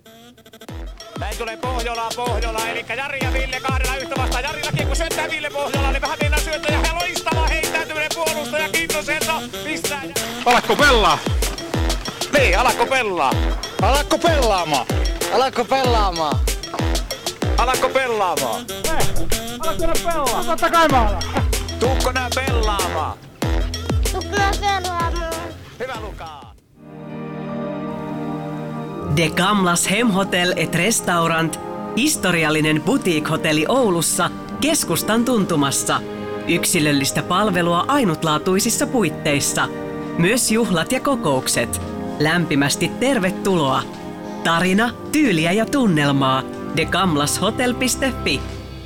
Näin tulee Pohjola, eli Jari ja Ville kahdella yhtä vastaan. Jarillakin kun syöttää Ville Pohjola, niin vähän mennään syöttää ja loistava heittäytyminen puolustaja Kintoselta. Pistää. Alakko pelaa? Niin, alakko pelaa. Alakko pelaamaan? Alakko pelaamaan? Alakko pelaamaan? Alakko nää pelaa? Totta kai mä alan. Tuukko nää pelaamaan? Tuukko nää pelaamaan? Hyvä Luka. De Gamlas Hemhotel et Restaurant, historiallinen boutique-hotelli Oulussa, keskustan tuntumassa. Yksilöllistä palvelua ainutlaatuisissa puitteissa. Myös juhlat ja kokoukset. Lämpimästi tervetuloa. Tarina, tyyliä ja tunnelmaa. degamlashotel.fi.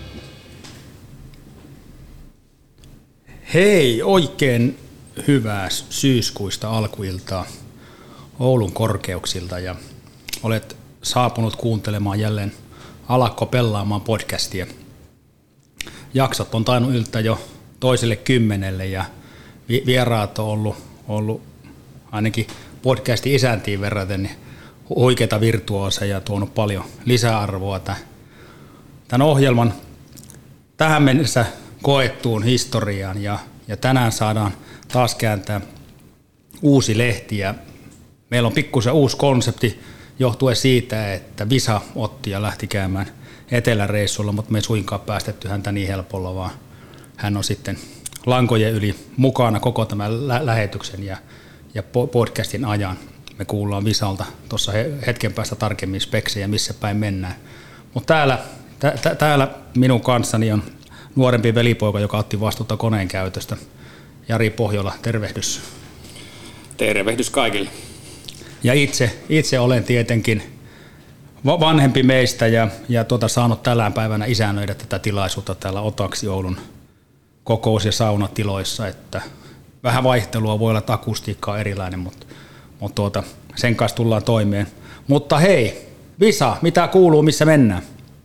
Hei, oikein hyvää syyskuista alkuiltaa Oulun korkeuksilta ja olet saapunut kuuntelemaan jälleen Alakko pelaamaan podcastia. Jaksot on tainnut yltää jo toiselle 10 ja vieraat on ollut ainakin podcastin isäntiin verraten niin oikeita virtuooseja ja tuonut paljon lisäarvoa tämän ohjelman tähän mennessä koettuun historiaan ja tänään saadaan taas kääntää uusi lehti ja meillä on pikkusen uusi konsepti johtuen siitä, että Visa otti ja lähti käymään eteläreissulla, mutta me ei suinkaan päästetty häntä niin helpolla, vaan hän on sitten lankojen yli mukana koko tämän lähetyksen ja podcastin ajan. Me kuullaan Visalta tuossa hetken päästä tarkemmin speksejä, missä päin mennään. Mutta täällä minun kanssani on nuorempi velipoika, joka otti vastuuta koneen käytöstä. Jari Pohjola, tervehdys. Tervehdys kaikille. Ja itse olen tietenkin vanhempi meistä ja saanut tällään päivänä isännöidä tätä tilaisuutta täällä Otaksi Oulun kokous- ja saunatiloissa, että vähän vaihtelua voi olla, että akustiikka on erilainen, mutta sen kanssa tullaan toimeen. Mutta hei, Visa, mitä kuuluu, missä mennään?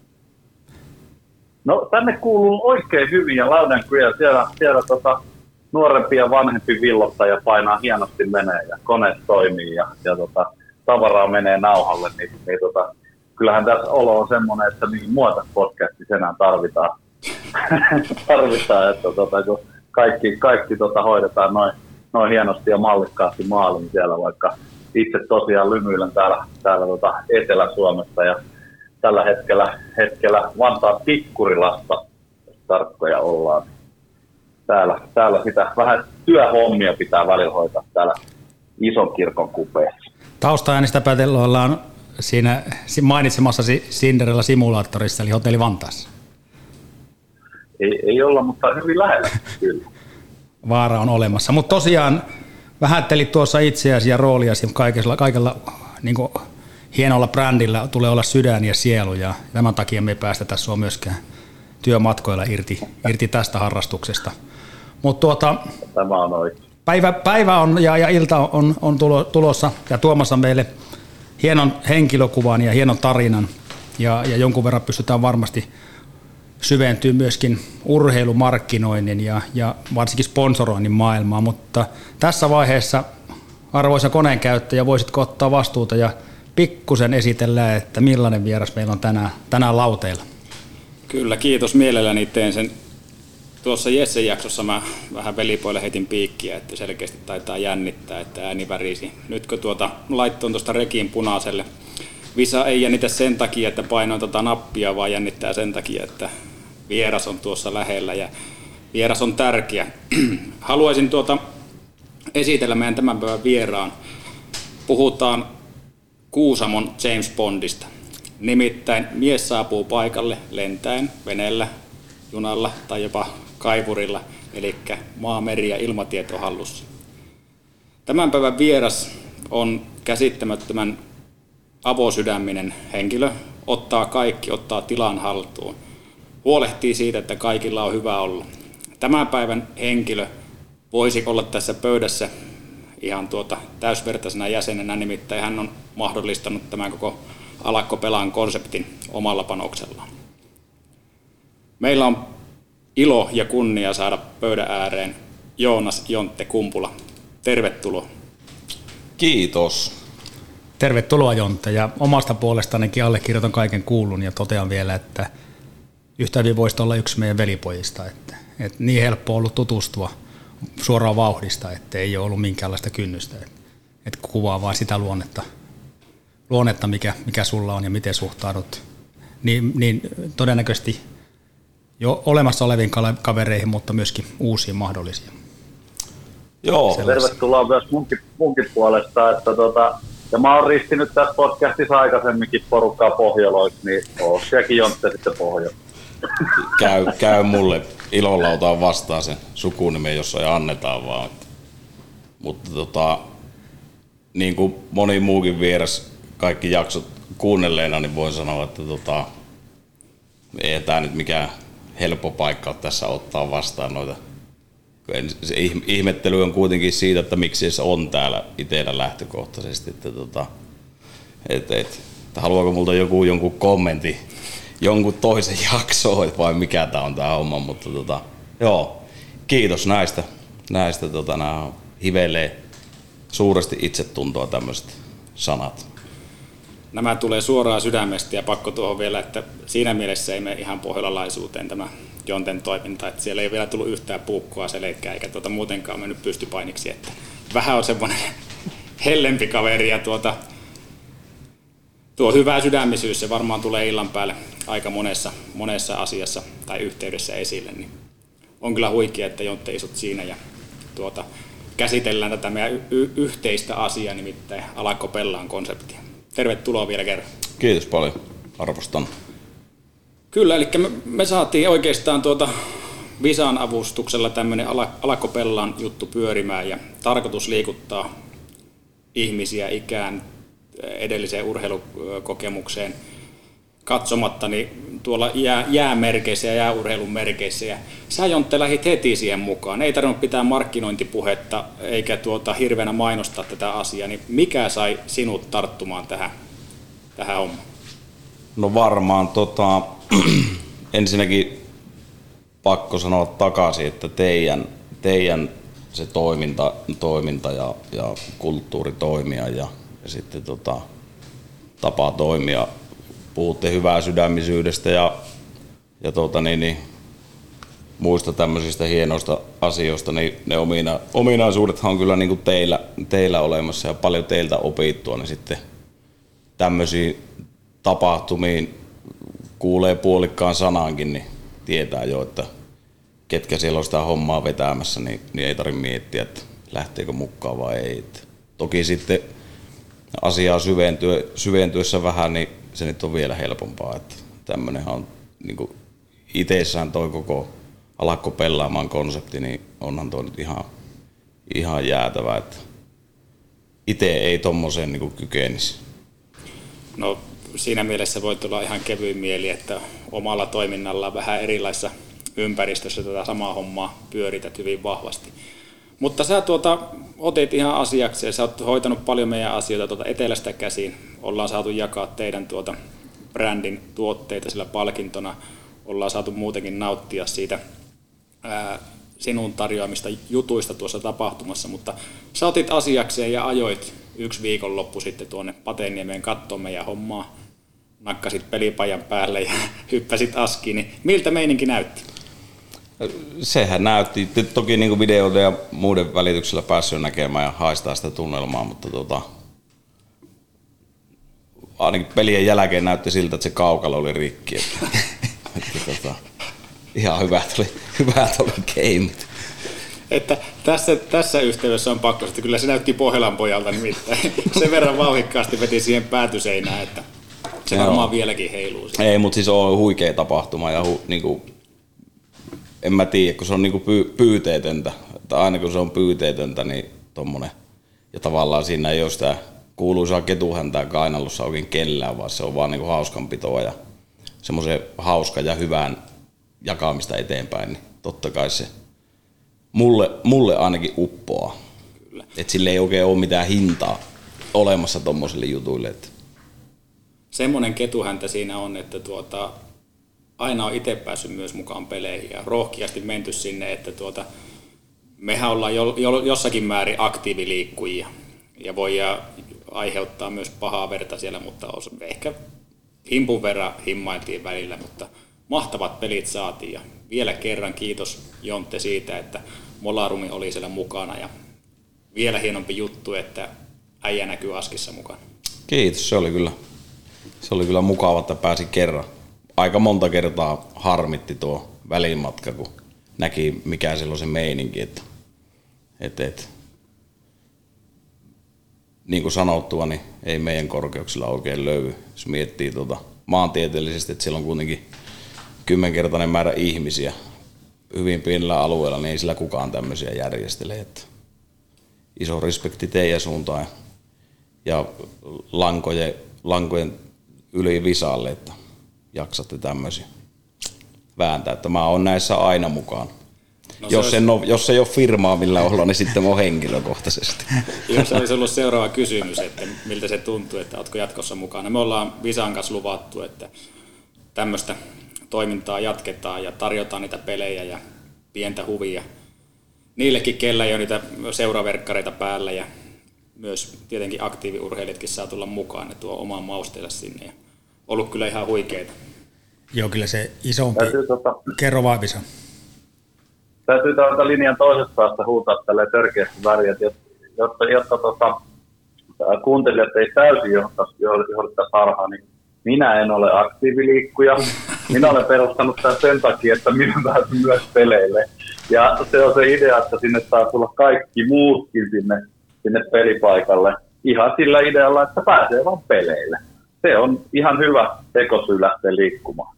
No tänne kuuluu oikein hyvin ja Laudenkyä, siellä nuorempi ja vanhempi villottaja painaa hienosti menee ja kone toimii ja tavaraa menee nauhalle, niin kyllähän tässä olo on semmoinen, että niin muuta podcastissa enää tarvitaan, että kun kaikki hoidetaan noin hienosti ja mallikkaasti maaliin siellä, vaikka itse tosiaan lymyilen täällä Etelä-Suomessa ja tällä hetkellä Vantaan Tikkurilasta, jos tarkkoja ollaan. Täällä sitä vähän työhommia pitää välillä hoitaa täällä ison kirkon kupeessa. Taustaäänistä päätellä ollaan siinä mainitsemassasi Cinderella-simulaattorissa, eli hotelli Vantaassa. Ei olla, mutta hyvin lähellä kyllä. Vaara on olemassa, mutta tosiaan vähättelit tuossa itseäsi ja rooliasi kaikella niin kuin hienolla brändillä tulee olla sydän ja sielu ja tämän takia me ei päästetä sinua myöskään työmatkoilla irti tästä harrastuksesta. Mutta tämä on oikein. Päivä on ja ilta on tulossa ja tuomassa meille hienon henkilökuvan ja hienon tarinan ja jonkun verran pystytään varmasti syventyy myöskin urheilumarkkinoinnin ja varsinkin sponsoroinnin maailmaan, mutta tässä vaiheessa arvoisa koneenkäyttäjä, voisitko ottaa vastuuta ja pikkusen esitellä, että millainen vieras meillä on tänään lauteilla? Kyllä, kiitos. Mielelläni teen sen. Tuossa Jessen jaksossa mä vähän velipoille heitin piikkiä, että selkeästi taitaa jännittää, että ääni värisi. Nyt kun laittoon tuosta rekiin punaiselle, Visa ei jännitä sen takia, että painoin nappia, vaan jännittää sen takia, että vieras on tuossa lähellä ja vieras on tärkeä. Haluaisin esitellä meidän tämän päivän vieraan. Puhutaan Kuusamon James Bondista. Nimittäin mies saapuu paikalle lentäen, veneellä, junalla tai jopa kaivurilla, eli maa, meri ja ilmatieto hallussa. Tämän päivän vieras on käsittämättömän avosydäminen henkilö, ottaa tilan haltuun, huolehtii siitä, että kaikilla on hyvä olla. Tämän päivän henkilö voisi olla tässä pöydässä ihan täysvertaisena jäsenenä, nimittäin hän on mahdollistanut tämän koko Alakko pelaan konseptin omalla panoksellaan. Meillä on ilo ja kunnia saada pöydän ääreen Joonas Jontte Kumpula. Tervetuloa. Kiitos. tervetuloa Jontte, ja omasta puolestanikin allekirjoitan kaiken kuulun ja totean vielä, että yhtä hyvin voisi olla yksi meidän velipojista, että niin helppo ollut tutustua suoraan vauhdista, että ei ole ollut minkäänlaista kynnystä, että kuvaa vaan sitä luonnetta mikä sulla on ja miten suhtaudut, niin todennäköisesti jo olemassa oleviin kavereihin, mutta myöskin uusiin mahdollisia. Joo, tervetuloa myös munkin puolesta, että ja mä oon ristinyt tässä podcastissa aikaisemminkin porukkaa pohjaloiksi, niin Ossiakin Jontte sitten pohjalla. Käy mulle, ilolla otan vastaan sen sukunimen, jossa ei annetaan vaan. Mutta niin kuin moni muukin vieras kaikki jaksot kuunnelleena, niin voin sanoa, että ei tämä nyt mikään helppo paikka ole tässä ottaa vastaan noita. Se ihmettely on kuitenkin siitä, että miksi se on täällä itsellä lähtökohtaisesti. Että haluaako multa jonkun kommentin jonkun toisen jaksoon, vai mikä tää on tää homma, mutta joo, kiitos näistä nämä hivelee suuresti itsetuntoa tämmöiset sanat. Nämä tulee suoraan sydämestä ja pakko tuohon vielä, että siinä mielessä ei mene ihan pohjolalaisuuteen tämä Jonten toiminta, että siellä ei vielä tullut yhtään puukkoa selkää eikä muutenkaan mennyt pystypainiksi, että vähän on semmoinen hellempi kaveri ja tuo hyvä sydämisyys, se varmaan tulee illan päälle aika monessa asiassa tai yhteydessä esille, niin on kyllä huikea, että Jontte isot siinä ja käsitellään tätä meidän yhteistä asiaa, nimittäin Alakko Pellaan konseptia. Tervetuloa vielä kerran. Kiitos paljon, arvostan. Kyllä, eli me saatiin oikeastaan Visan avustuksella tämmöinen Alakko Pellaan juttu pyörimään ja tarkoitus liikuttaa ihmisiä ikään edelliseen urheilukokemukseen katsomatta niin tuolla jäämerkeissä ja jääurheilun merkeissä. Ja sä Jontte lähit heti siihen mukaan. Ei tarvinnut pitää markkinointipuhetta eikä hirveänä mainostaa tätä asiaa. Niin mikä sai sinut tarttumaan tähän hommaan? No varmaan ensinnäkin pakko sanoa takaisin, että teidän se toiminta ja kulttuuri toimia ja sitten tapa toimia. Puhutte hyvää sydämisyydestä ja muista tämmöisistä hienoista asioista, niin ne ominaisuudethan on kyllä niin kuin teillä olemassa ja paljon teiltä opittua, niin sitten tämmöisiin tapahtumiin kuulee puolikkaan sanankin, niin tietää jo, että ketkä siellä on sitä hommaa vetämässä, niin ei tarvitse miettiä, että lähteekö mukaan vai ei. Et toki sitten asiaa syventyessä vähän, niin se nyt on vielä helpompaa. Että tämmönenhän on niin kuin itsessään toi koko Alakko Pelaamaan konsepti, niin onhan toi nyt ihan jäätävä, että itse ei tommoseen niin kuin kykenisi. No siinä mielessä voi tulla ihan kevyin mieli, että omalla toiminnalla vähän erilaisessa ympäristössä tätä samaa hommaa pyörität hyvin vahvasti. Mutta sä otit ihan asiaksi ja sä oot hoitanut paljon meidän asioita etelästä käsin. Ollaan saatu jakaa teidän brändin tuotteita sillä palkintona. Ollaan saatu muutenkin nauttia siitä sinun tarjoamista jutuista tuossa tapahtumassa, mutta sä otit asiakseen ja ajoit yksi viikonloppu sitten tuonne Pateniemeen katsomaan meidän hommaa. Nakkasit pelipajan päälle ja hyppäsit askiin, niin miltä meininki näytti? Sehän näytti, toki niin kuin videoita ja muiden välityksellä päässyt näkemään ja haistaa sitä tunnelmaa, mutta ainakin pelien jälkeen näytti siltä, että se kaukalo oli rikki. Ihan hyvät oli gameit. Että tässä yhteydessä on pakko, että kyllä se näytti Pohjolan pojalta nimittäin. Sen verran vauhikkaasti veti siihen päätyseinään, että se varmaan vieläkin heiluu. Ei, mutta siis on huikea tapahtuma ja niinku, en mä tiedä, kun se on niinku pyyteetöntä. Että aina kun se on pyyteetöntä, niin tommonen. Ja tavallaan siinä ei ole sitä kuuluisaa ketuhäntää kainalossa oikein kellään, vaan se on vaan niinku hauskanpitoa ja semmoisen hauska ja hyvän jakamista eteenpäin. Niin totta kai se mulle ainakin uppoaa. Että sille ei oikein ole mitään hintaa olemassa tommosille jutuille. Että semmoinen ketuhäntä siinä on, että aina on itse päässyt myös mukaan peleihin ja rohkeasti menty sinne, että mehän ollaan jossakin määrin aktiiviliikkujia ja aiheuttaa myös pahaa verta siellä, mutta ehkä himpun verran himmailtiin välillä, mutta mahtavat pelit saatiin ja vielä kerran kiitos Jontte siitä, että Molarumi oli siellä mukana ja vielä hienompi juttu, että äijä näkyy Askissa mukana. Kiitos, se oli kyllä mukava, että pääsi kerran. Aika monta kertaa harmitti tuo välimatka, kun näki mikä siellä on se meininki, että niin kuin sanottua, niin ei meidän korkeuksilla oikein löydy. Jos miettii maantieteellisesti, että siellä on kuitenkin 10-kertainen määrä ihmisiä hyvin pienellä alueella, niin ei sillä kukaan tämmöisiä järjestele. Että iso respekti teidän suuntaan ja lankojen yli visalle, että jaksatte tämmöisiä vääntää. Että mä oon näissä aina mukaan. No jos ei ole firmaa millä olla, niin sitten on henkilökohtaisesti. Se olisi ollut seuraava kysymys, että miltä se tuntuu, että oletko jatkossa mukana. Me ollaan Visan kanssa luvattu, että tämmöistä toimintaa jatketaan ja tarjotaan niitä pelejä ja pientä huvia. Niillekin, kellä ei ole niitä seuraverkkareita päällä ja myös tietenkin aktiiviurheilijatkin saa tulla mukaan, ne tuo oman mausteensa sinne. Ja ollut kyllä ihan huikeita. Joo, kyllä se isompi. Kerro vaan, Visa. Täytyy täältä linjan toisesta päästä huutaa tälleen törkeästi väriä, jotta kuuntelijat ei täysin johdattaisi harhaan, niin minä en ole aktiiviliikkuja. Minä olen perustanut tämän sen takia, että minä pääsen myös peleille. Ja se on se idea, että sinne saa tulla kaikki muutkin sinne pelipaikalle ihan sillä idealla, että pääsee vaan peleille. Se on ihan hyvä tekosyy lähteä liikkumaan.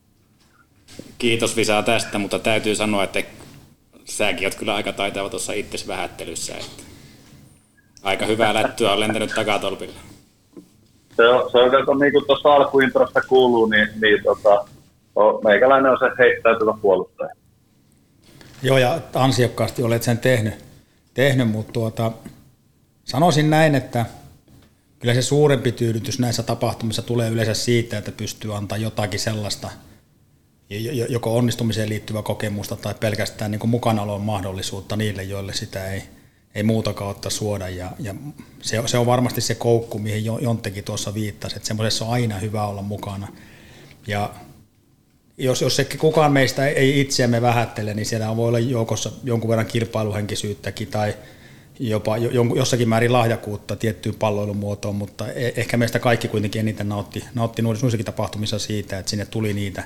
Kiitos Visa tästä, mutta täytyy sanoa, että säkin oot kyllä aika taitava tuossa itsesi vähättelyssä. Että aika hyvää lättyä on lentänyt takatolpille. Se on niin kuin tuossa alkuintrosta kuuluu, niin meikäläinen on se heittäytyvä puolustaja. Joo, ja ansiokkaasti olet sen tehnyt mutta sanoisin näin, että kyllä se suurempi tyydytys näissä tapahtumissa tulee yleensä siitä, että pystyy antaa jotakin sellaista, joko onnistumiseen liittyvää kokemusta tai pelkästään niin kuin mukanaolon mahdollisuutta niille, joille sitä ei muuta kautta suoda. Ja se on varmasti se koukku, mihin Jonttekin tuossa viittasi, että semmoisessa on aina hyvä olla mukana. Ja jos kukaan meistä ei itseämme vähättele, niin siellä voi olla joukossa jonkun verran kilpailuhenkisyyttäkin tai jopa jossakin määrin lahjakuutta tiettyyn palloilun muotoon, mutta ehkä meistä kaikki kuitenkin eniten nautti noissakin tapahtumissa siitä, että sinne tuli niitä,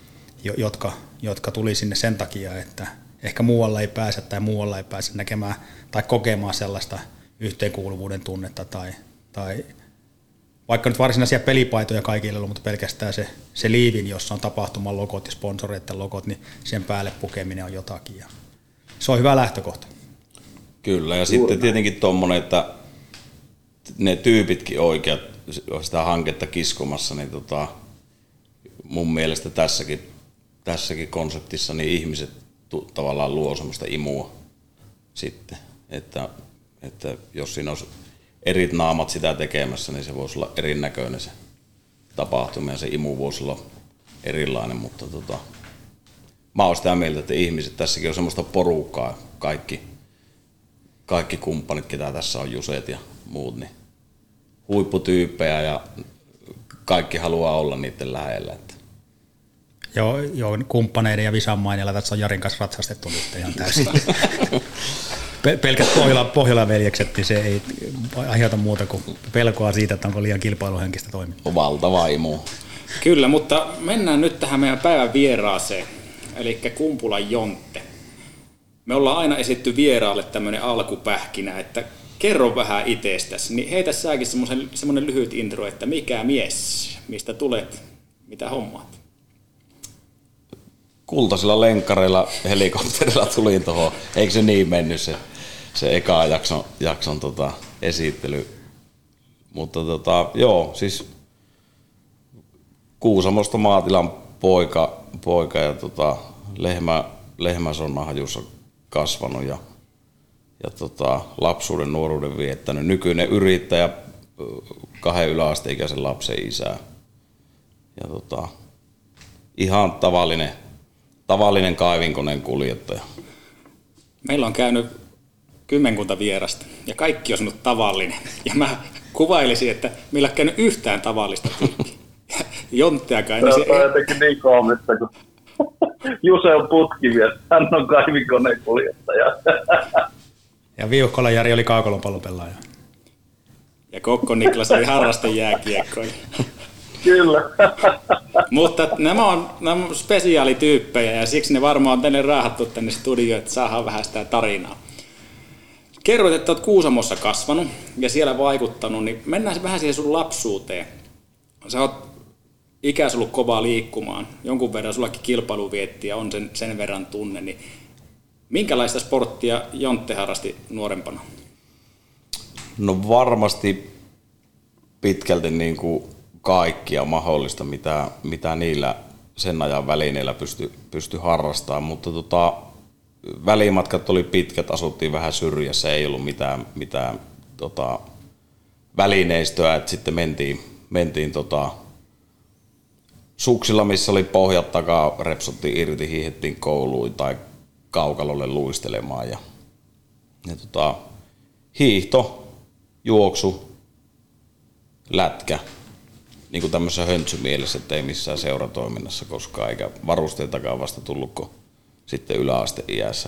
jotka tuli sinne sen takia, että ehkä muualla ei pääse näkemään tai kokemaan sellaista yhteenkuuluvuuden tunnetta tai vaikka nyt varsinaisia pelipaitoja kaikille ollut, mutta pelkästään se liivin, jossa on tapahtuman logot ja sponsoreiden logot, niin sen päälle pukeminen on jotakin. Ja se on hyvä lähtökohta. Kyllä, ja sitten tietenkin tuommoinen, että ne tyypitkin oikeat sitä hanketta kiskomassa, niin mun mielestä tässäkin konseptissa niin ihmiset tavallaan luo semmoista imua sitten, että jos siinä olisi eri naamat sitä tekemässä, niin se voisi olla erinäköinen se tapahtuma ja se imu voisi olla erilainen, mutta mä oon sitä mieltä, että ihmiset, tässäkin on semmoista porukkaa, kaikki kumppanit, ketä tässä on, Juset ja muut, niin huipputyyppejä ja kaikki haluaa olla niiden lähellä. Joo, kumppaneiden ja Visan mainilla tässä on Jarin kanssa ratsastettu nyt ihan täysin. Pelkät Pohjola-veljekset, niin se ei aiheuta muuta kuin pelkoa siitä, että onko liian kilpailuhenkistä toimintaa. Valtava imu. Kyllä, mutta mennään nyt tähän meidän päivän vieraaseen, eli Kumpulan Jontte. Me ollaan aina esitty vieraalle tämmöinen alkupähkinä, että kerro vähän itsestäsi, niin heitä säkin semmoinen lyhyt intro, että mikä mies, mistä tulet, mitä hommaat? Kultaisilla lenkkareilla helikopterilla tulin tuohon, eikö se niin mennyt se eka jakson esittely. Mutta joo, siis Kuusamosta maatilan poika ja lehmäsonnahajussa kasvanut ja lapsuuden nuoruuden viettänyt. Nykyinen yrittäjä, 2 yläasteikäisen lapsen isä. Ja ihan tavallinen kaivinkoneen kuljettaja. Meillä on käynyt 10 vierasta ja kaikki on sanonut tavallinen. Ja mä kuvailisi, että meillä ei ole käynyt yhtään tavallista tyyppiä. Jontteakaan. Se on jotenkin niin koomista, kun Juse on putkimies, hän on kaivinkoneenkuljettaja. Ja Viuhkola Jari oli kaukolopallopelaaja. Ja Kokko Niklas oli harrastajääkiekkoilija. Kyllä. Mutta nämä on spesiaalityyppejä ja siksi ne varmaan on tänne raahattu tänne studioon, että saadaan vähän sitä tarinaa. Kerroit, että olet Kuusamossa kasvanut ja siellä vaikuttanut, niin mennään vähän siihen sun lapsuuteen. Sä oot ikäs ollut kovaa liikkumaan, jonkun verran sullakin kilpailuvietti on sen verran tunne, niin minkälaista sporttia Jontte harrasti nuorempana? No varmasti pitkälti niin kuin kaikkia mahdollista, mitä niillä sen ajan välineillä pysty harrastamaan, mutta välimatkat oli pitkät, asuttiin vähän syrjässä, ei ollut mitään välineistöä, että sitten mentiin suksilla, missä oli pohjat takaa, repsottiin irti, hiihettiin kouluun tai kaukalolle luistelemaan ja hiihto, juoksu, lätkä, niin kuin tämmöisessä höntsymielessä, että ei missään seuratoiminnassa koskaan, eikä varusteitakaan vasta tullutko sitten yläasteiässä.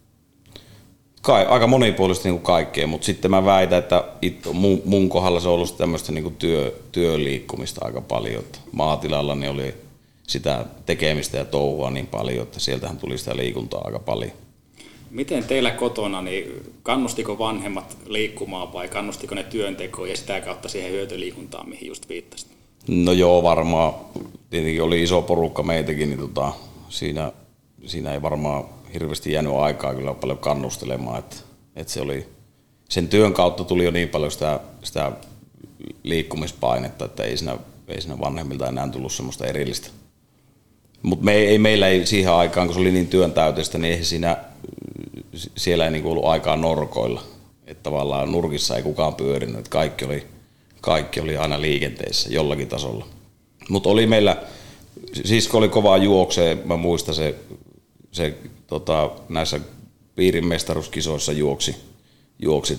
Aika monipuolisesti niin kuin kaikkea, mutta sitten mä väitän, että mun kohdalla se on ollut tämmöistä niin kuin työliikkumista aika paljon. Maatilalla niin oli sitä tekemistä ja touhua niin paljon, että sieltähän tuli sitä liikuntaa aika paljon. Miten teillä kotona, niin kannustiko vanhemmat liikkumaan vai kannustiko ne työntekoon ja sitä kautta siihen hyötyliikuntaan, mihin just viittasit? No joo, varmaan. Tietenkin oli iso porukka meitäkin, niin siinä ei varmaan hirveästi jäänyt aikaa kyllä paljon kannustelemaan. Että se oli, sen työn kautta tuli jo niin paljon sitä liikkumispainetta, että ei siinä vanhemmilta enää tullut semmoista erillistä. Mutta meillä ei siihen aikaan, kun se oli niin työntäyteistä, niin eihän siellä ei ollut aikaa norkoilla. Että tavallaan nurkissa ei kukaan pyörinyt, että kaikki oli aina liikenteessä jollakin tasolla. Mutta oli meillä, sisko oli kovaa juoksee, mä muistan se näissä piirin mestaruuskisoissa juoksi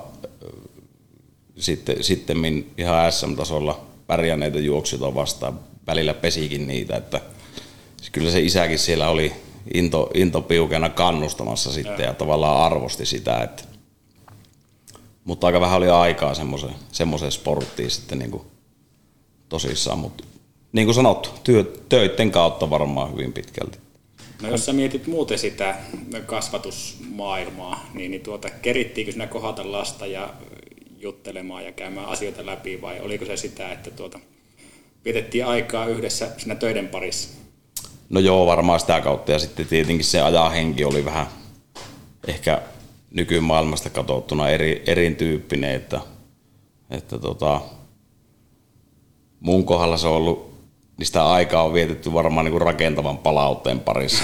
sitten ihan SM-tasolla pärjänneitä juoksijoita vastaan, välillä pesikin niitä, että kyllä se isäkin siellä oli into piukena kannustamassa sitten ja tavallaan arvosti sitä, mutta aika vähän oli aikaa semmoiseen sporttiin sitten niin kuin tosissaan, mutta niin kuin sanottu, töiden kautta varmaan hyvin pitkälti. No jos sä mietit muuten sitä kasvatusmaailmaa, niin kerittiinkö sinä kohdata lasta ja juttelemaan ja käymään asioita läpi vai oliko se sitä, että vietettiin aikaa yhdessä siinä töiden parissa? No joo, varmaan sitä kautta ja sitten tietenkin se ajanhenki oli vähän ehkä nykymaailmasta katsottuna erityyppinen, että mun kohdalla se on ollut, niin sitä aikaa on vietetty varmaan niin kuin rakentavan palautteen parissa.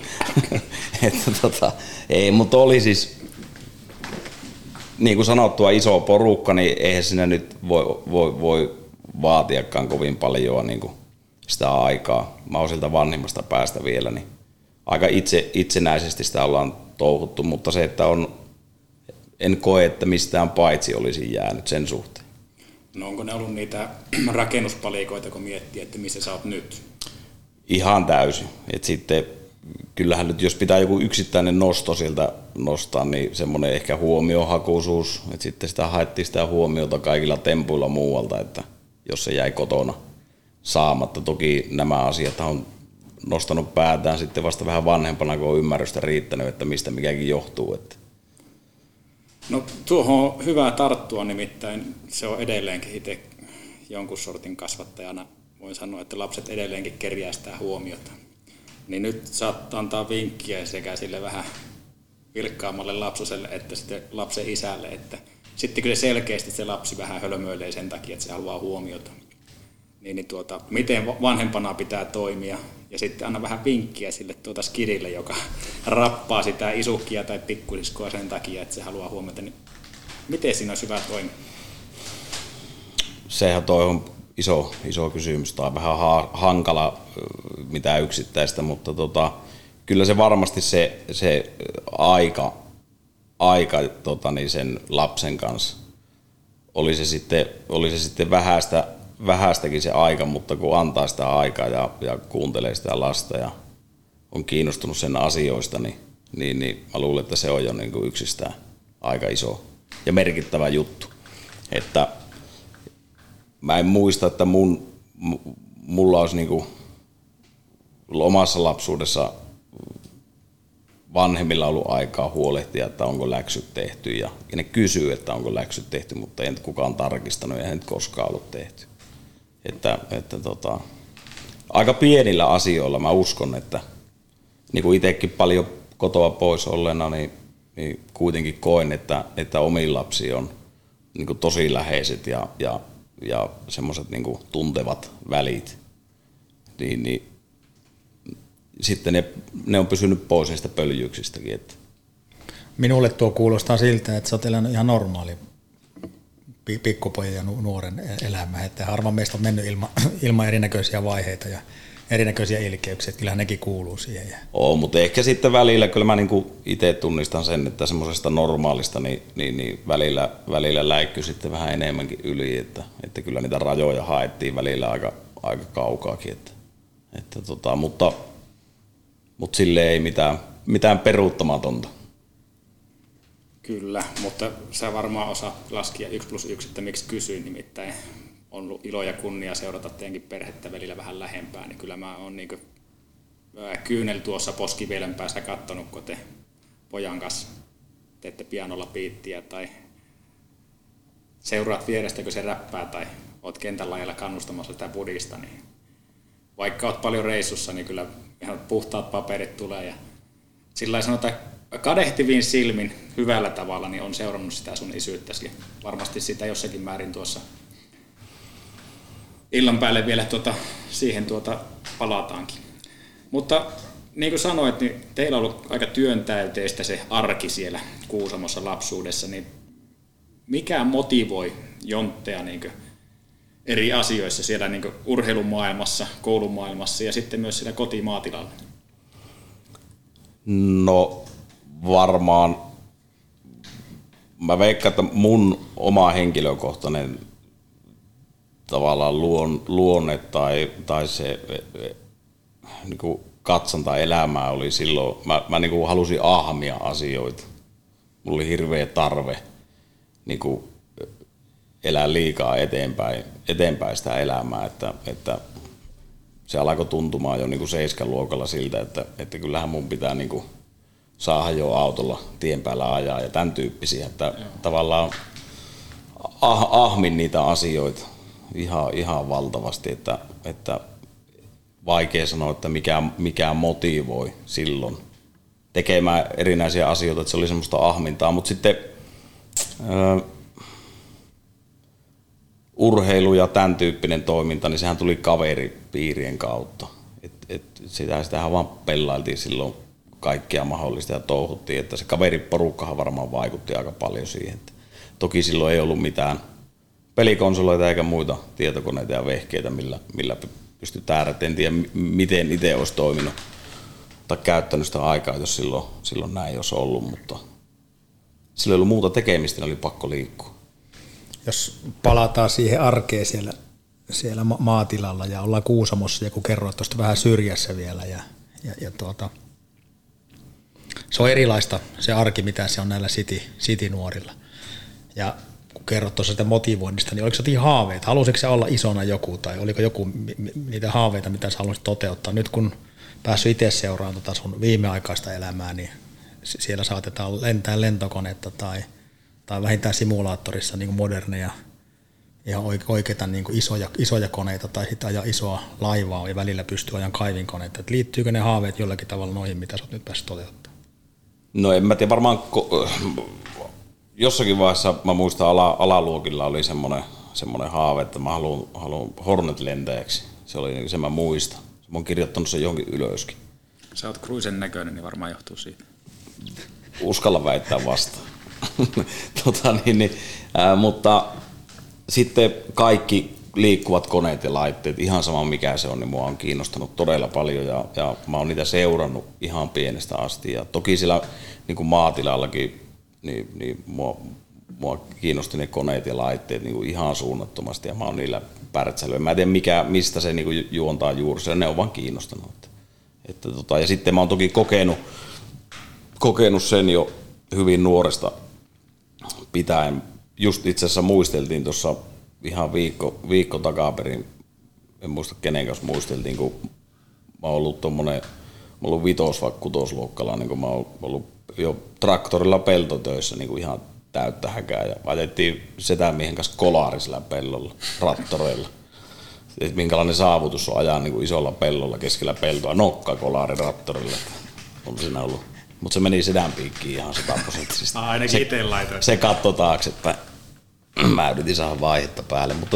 Ei, mutta oli siis, niin kuin sanottua, iso porukka, niin eihän siinä nyt voi vaatiakaan kovin paljon niin kuin sitä aikaa. Mä oon siltä vanhimmasta päästä vielä, niin aika itsenäisesti sitä ollaan touhuttu, mutta se, että en koe, että mistään paitsi olisi jäänyt sen suhteen. No onko ne ollut niitä rakennuspalikoita, kun miettii, että missä sä oot nyt? Ihan täysin. Et sitten, kyllähän nyt jos pitää joku yksittäinen nosto sieltä nostaa, niin semmoinen ehkä huomiohakuisuus, että sitten sitä haettiin sitä huomiota kaikilla tempuilla muualta, että jos se jäi kotona saamatta. Toki nämä asiat on nostanut päätään sitten vasta vähän vanhempana, kun on ymmärrystä riittänyt, että mistä mikäkin johtuu. Että. No tuohon on hyvä tarttua, nimittäin se on edelleenkin itse jonkun sortin kasvattajana. Voin sanoa, että lapset edelleenkin kerjää sitä huomiota. Niin nyt saat antaa vinkkiä sekä sille vähän vilkkaammalle lapsoselle että sitten lapsen isälle, että sitten kyllä selkeästi se lapsi vähän hölmöilee sen takia, että se haluaa huomiota. Miten vanhempana pitää toimia ja sitten anna vähän vinkkiä sille skidille, joka rappaa sitä isukkia tai pikkusiskoa sen takia, että se haluaa huomiota, niin miten siinä olisi hyvä toimia? Sehän toi on iso kysymys, tai vähän hankala mitä yksittäistä, mutta kyllä se varmasti se aika sen lapsen kanssa oli se sitten vähästäkin se aika, mutta kun antaa sitä aikaa ja kuuntelee sitä lasta ja on kiinnostunut sen asioista, niin mä luulen, että se on jo niin kuin yksistään aika iso ja merkittävä juttu. Että mä en muista, että mulla olisi niin kuin omassa lapsuudessa vanhemmilla ollut aikaa huolehtia, että onko läksyt tehty ja ne kysyy, että onko läksyt tehty, mutta ei kukaan tarkistanut ja ei nyt koskaan ollut tehty. Että aika pienillä asioilla mä uskon, että niin kuin itsekin paljon kotoa pois olleena, niin kuitenkin koen, että omiin lapsiin on niin kuin tosi läheiset ja semmoiset niin kuin tuntevat välit. Niin sitten ne on pysynyt pois niistä pöljyyksistäkin. Että. Minulle tuo kuulostaa siltä, että sä oot elänyt ihan normaali pikkupojan ja nuoren elämää. Että harva meistä on mennyt ilman erinäköisiä vaiheita ja erinäköisiä ilkeyksiä. Kyllähän nekin kuuluu siihen. Mutta ehkä sitten välillä, kyllä mä niinku itse tunnistan sen, että semmoisesta normaalista niin välillä läikkyy sitten vähän enemmänkin yli. Että kyllä niitä rajoja haettiin välillä aika kaukaakin. Mutta sille ei mitään peruuttamatonta. Kyllä, mutta sä varmaan osaat laskia 1+1, että miksi kysyin, nimittäin on ollut ilo ja kunnia seurata teidänkin perhettä välillä vähän lähempää, niin kyllä mä oon niin kyynel tuossa poskivielen päässä kattonut, kun te pojan kanssa teette pianolla biittiä tai seuraat vierestä, kun se räppää tai oot kentän laajalla kannustamassa sitä budista, niin vaikka oot paljon reissussa, niin kyllä ihan puhtaat paperit tulee ja sillä sanotaan kadehtivin silmin hyvällä tavalla niin on seurannut sitä sun isyyttäsi. Varmasti sitä jossakin määrin tuossa illan päälle vielä siihen palataankin. Mutta niin kuin sanoit, niin teillä on ollut aika työntäyteistä se arki siellä Kuusamossa lapsuudessa, niin mikä motivoi Jonttea niin eri asioissa siellä niin urheilumaailmassa, koulumaailmassa ja sitten myös siellä kotimaatilalla? No varmaan, mä veikkaan, että mun oma henkilökohtainen tavallaan luonne tai se niin kuin katsonta elämää oli silloin, mä niin kuin halusin ahmia asioita. Mulla oli hirveä tarve niin kuin elää liikaa eteenpäin sitä elämää, että se alkoi tuntumaan jo niin kuin 7-luokalla siltä, että kyllähän mun pitää niin kuin saada jo autolla tien päällä ajaa ja tämän tyyppisiä, että tavallaan ahmin niitä asioita ihan valtavasti, että vaikea sanoa, että mikä motivoi silloin tekemään erinäisiä asioita, että se oli semmoista ahmintaa, mutta sitten urheilu ja tämän tyyppinen toiminta, niin sehän tuli kaveripiirien kautta. Sitähän vaan pellailtiin silloin kaikkea mahdollista ja touhuttiin, että se kaveriporukkahan varmaan vaikutti aika paljon siihen. Että toki silloin ei ollut mitään pelikonsoleita eikä muita tietokoneita ja vehkeitä, millä pystyi täärät. En tiedä, miten itse olisi toiminut tai käyttänyt sitä aikaa, jos silloin näin olisi ollut, mutta sillä ei ollut muuta tekemistä, niin oli pakko liikkua. Jos palataan siihen arkeen siellä maatilalla ja ollaan Kuusamossa ja kun kerroit tuosta vähän syrjässä vielä ja se on erilaista se arki, mitä se on näillä city-nuorilla. Ja kun kerrot tuossa sitä motivoinnista, niin oliko se haaveita? Halusitko se olla isona joku tai oliko joku niitä haaveita, mitä sä haluaisit toteuttaa? Nyt kun päässyt itse seuraamaan sun viimeaikaista elämää, niin siellä saatetaan lentää lentokonetta tai vähintään simulaattorissa niin kuin moderneja ihan oikeita niin kuin isoja koneita tai sitten ajaa isoa laivaa ja välillä pystyy ajan kaivinkoneita. Et liittyykö ne haaveet jollakin tavalla noihin, mitä sä oot nyt päässyt toteuttaa? No en mä tiedä, varmaan jossakin vaiheessa mä muistan alaluokilla oli semmoinen haave, että mä haluan Hornet-lentäjäksi. Se oli niin, se mä muistan. Mä oon kirjoittanut sen johonkin ylöskin. Sä oot Cruisen näköinen, niin varmaan johtuu siitä. Uskalla väittää vastaan. Mutta sitten kaikki liikkuvat koneet ja laitteet, ihan sama mikä se on, niin mua on kiinnostanut todella paljon ja mä oon niitä seurannut ihan pienestä asti. Ja toki siellä niin kuin maatilallakin niin mua kiinnosti ne koneet ja laitteet niin kuin ihan suunnattomasti ja mä oon niillä pärtsäillyt. Mä en tiedä mistä se niin kuin juontaa juuri, ne on vaan kiinnostanut. Ja sitten mä oon toki kokenut sen jo hyvin nuoresta pitäen. Just itse asiassa muisteltiin tuossa ihan viikko takaperin, en muista kenen kanssa muisteltiin, kun mä oon ollut 5- vai 6-luokkalainen, kun mä oon ollut jo traktorilla peltotöissä niin kuin ihan täyttä häkää ja ajettiin setämiehen kanssa kolari sillä pellolla, traktoreilla. Et minkälainen saavutus on ajaa niin kuin isolla pellolla keskellä peltoa, nokkakolari traktorilla. On siinä ollut. Mutta se meni sedänpiikkiin ihan 100%. Ainakin itse laitoin. Se katsoi taaksepäin. Mä yritin saada vaihetta päälle, mutta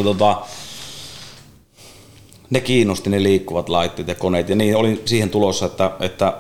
ne kiinnosti ne liikkuvat laitteet ja koneet ja niin olin siihen tulossa, että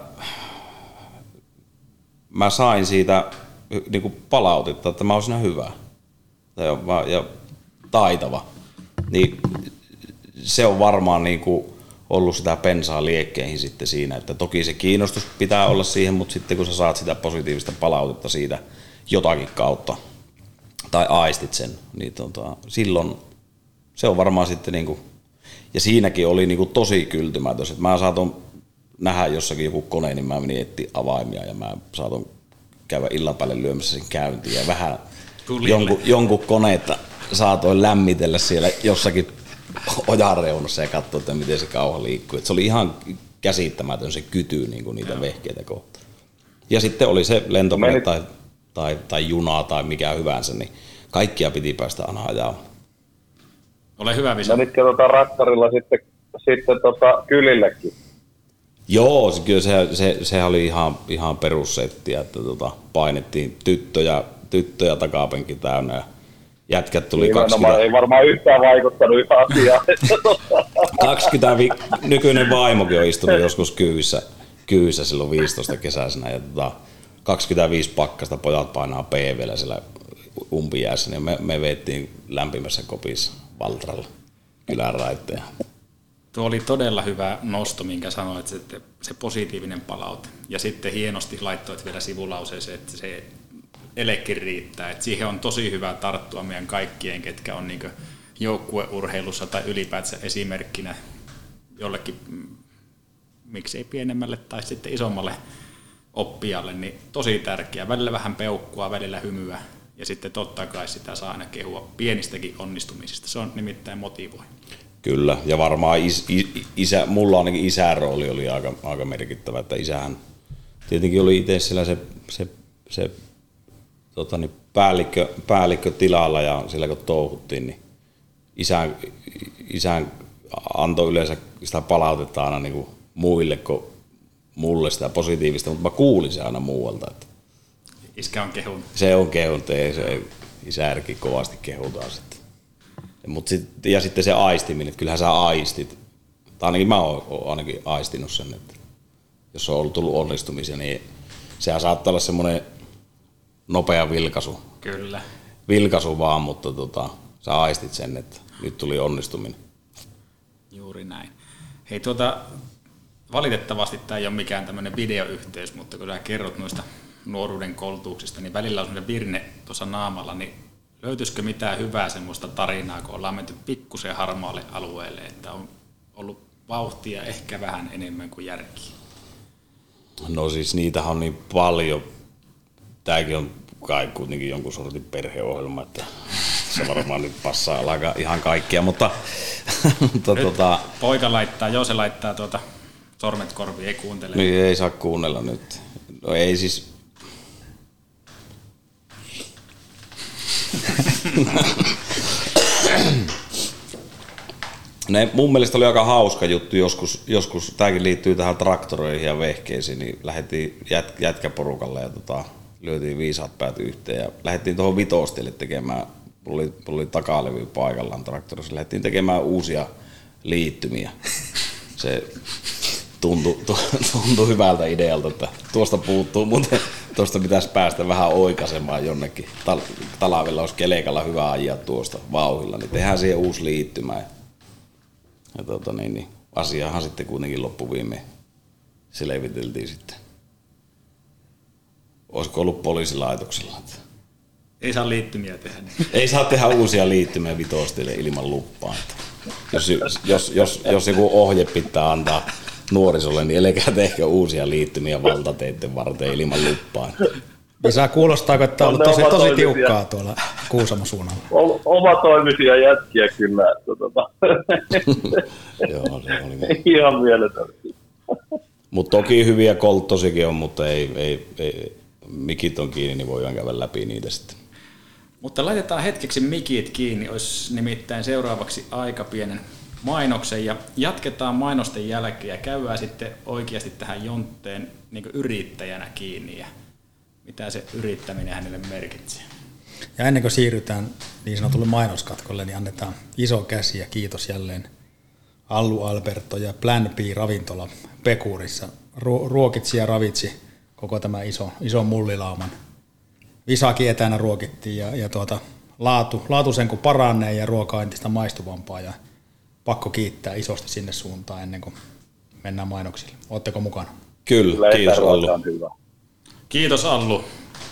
mä sain siitä niin kuin palautetta, että mä oon siinä hyvä ja taitava. Niin se on varmaan niin kuin ollut sitä pensaa liekkeihin sitten siinä, että toki se kiinnostus pitää olla siihen, mutta sitten kun sä saat sitä positiivista palautetta siitä jotakin kautta tai aistit sen, niin silloin se on varmaan sitten niin kuin, ja siinäkin oli niin kuin tosi kyltymätön, että mä saatoin nähdä jossakin joku kone, niin mä menin etsiä avaimia ja mä saatoin käydä illan päälle lyömässä sen käyntiin ja vähän jonkun koneetta saatoin lämmitellä siellä jossakin ojan reunassa ja katsoa, että miten se kauha liikkuu. Et se oli ihan käsittämätön se kyty niin kuin niitä vehkeitä kohtaan. Ja sitten oli se lentokone tai juna tai mikä hyvänsä, niin kaikkia piti päästä aina ajaa. Ole hyvä, Visa. Menitkö raktarilla sitten kylillekin? Joo, kyllä se oli ihan perussettiä, että painettiin tyttöjä takapenki täynnä ja jätkät tuli 20. Ei varmaan yhtään vaikuttanut asiaan. Nykyinen vaimokin on istunut joskus kyyvissä silloin 15 kesäisenä ja 25 pakkasta pojat painaa PV:llä siellä umpijäässä, niin me veettiin lämpimässä kopissa Valtralla kylän raitteen. Tuo oli todella hyvä nosto, minkä sanoit, että se positiivinen palaute. Ja sitten hienosti laittoit vielä sivulauseeseen, että se elekin riittää. Että siihen on tosi hyvä tarttua meidän kaikkien, ketkä on niin joukkueurheilussa tai ylipäätään esimerkkinä jollekin, miksei pienemmälle tai sitten isommalle oppijalle, niin tosi tärkeää. Välillä vähän peukkua, välillä hymyä ja sitten totta kai sitä saa aina kehua pienistäkin onnistumisista. Se on nimittäin motivoi. Kyllä, ja varmaan mulla ainakin isän rooli oli aika merkittävä, että isähän tietenkin oli itse siellä se päällikkö tilalla ja siellä kun touhuttiin, niin isän antoi yleensä sitä palautetta aina niin kuin muille kuin mulle sitä positiivista, mutta mä kuulin se aina muualta. Että iskä on kehunut. Se on kehunut, se isärki kovasti kehutaan sitten. Ja sitten se aistiminen, että kyllähän sä aistit, tai ainakin mä oon ainakin aistinut sen, että jos on ollut tullut onnistumisia, niin sehän saattaa olla semmoinen nopea vilkaisu. Kyllä. Vilkaisu vaan, mutta sä aistit sen, että nyt tuli onnistuminen. Juuri näin. Hei valitettavasti tämä ei ole mikään tämmöinen videoyhteys, mutta kun sä kerrot noista nuoruuden koulutuksista, niin välillä on semmoinen virne tuossa naamalla, niin löytyisikö mitään hyvää semmoista tarinaa, kun ollaan menty pikkusen harmaalle alueelle, että on ollut vauhtia ehkä vähän enemmän kuin järkiä? No siis niitähän on niin paljon. Tämäkin on kai kuitenkin jonkun sortin perheohjelma, että se varmaan nyt passaa alkaa ihan kaikkia, mutta poika laittaa, se laittaa sormet korviin, ei kuuntele. Niin ei saa kuunnella nyt. No ei siis. Mun mielestä oli aika hauska juttu joskus tämäkin liittyy tähän traktoreihin ja vehkeisiin, niin lähdettiin jätkäporukalle ja lyötiin viisaat päät yhteen ja lähdettiin tuohon Vitostielle tekemään, mulla oli takalevy paikallaan traktorissa, lähdettiin tekemään uusia liittymiä. Se tuntui hyvältä idealta, että tuosta puuttuu, mutta tuosta pitäisi päästä vähän oikaisemaan jonnekin. Talvella olisi kelekalla hyvä ajaa tuosta vauhilla, niin tehdään siihen uusi liittymä. Ja asiahan sitten kuitenkin loppuviimein selviteltiin sitten. Olisiko ollut poliisilaitoksella? Ei saa liittymiä tehdä. Ei saa tehdä uusia liittymiä vitostille ilman luppaa. Jos joku ohje pitää antaa nuorisolle, niin älkää tehkö uusia liittymiä valtateiden varten ilman luppaa. Lisää kuulostaako, että on ollut tosi tiukkaa tuolla Kuusamon suunnalla? Omatoimisia jätkiä kyllä. Joo, se oli. Ihan mieletön. Mutta toki hyviä kolttosikin on, mutta ei mikit on kiinni, niin voidaan käydä läpi niitä sitten. Mutta laitetaan hetkeksi mikit kiinni, olisi nimittäin seuraavaksi aika pienen mainoksen ja jatketaan mainosten jälkeen ja käydään sitten oikeasti tähän Jontteen niin kuin yrittäjänä kiinni ja mitä se yrittäminen hänelle merkitsee. Ja ennen kuin siirrytään niin sanotulle mainoskatkolle, niin annetaan iso käsi ja kiitos jälleen Allu Alberto ja Plan B ravintola Pekurissa. Ruokitsi ja ravitsi koko tämä iso mullilauman. Visakin etänä ruokittiin ja laatu sen kun paranee ja ruoka on entistä maistuvampaa ja pakko kiittää isosti sinne suuntaan ennen kuin mennään mainoksille. Ootteko mukana? Kyllä, kiitos Allu. Kiitos Allu.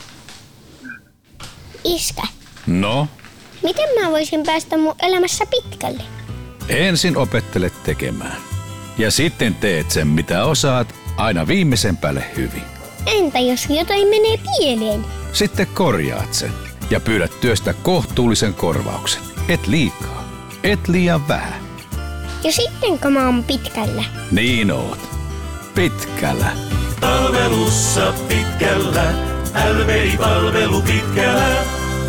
Iskä, No, miten mä voisin päästä mun elämässä pitkälle? ensin opettele tekemään. Ja sitten teet sen, mitä osaat, aina viimeisen päälle hyvin. Entä jos jotain menee pieleen? Sitten korjaat sen ja pyydät työstä kohtuullisen korvauksen. Et liikaa, et liian vähän. Ja sittenkö mä oon pitkällä? Niin oot. Pitkällä. Palvelussa pitkällä, LVI-palvelu pitkällä.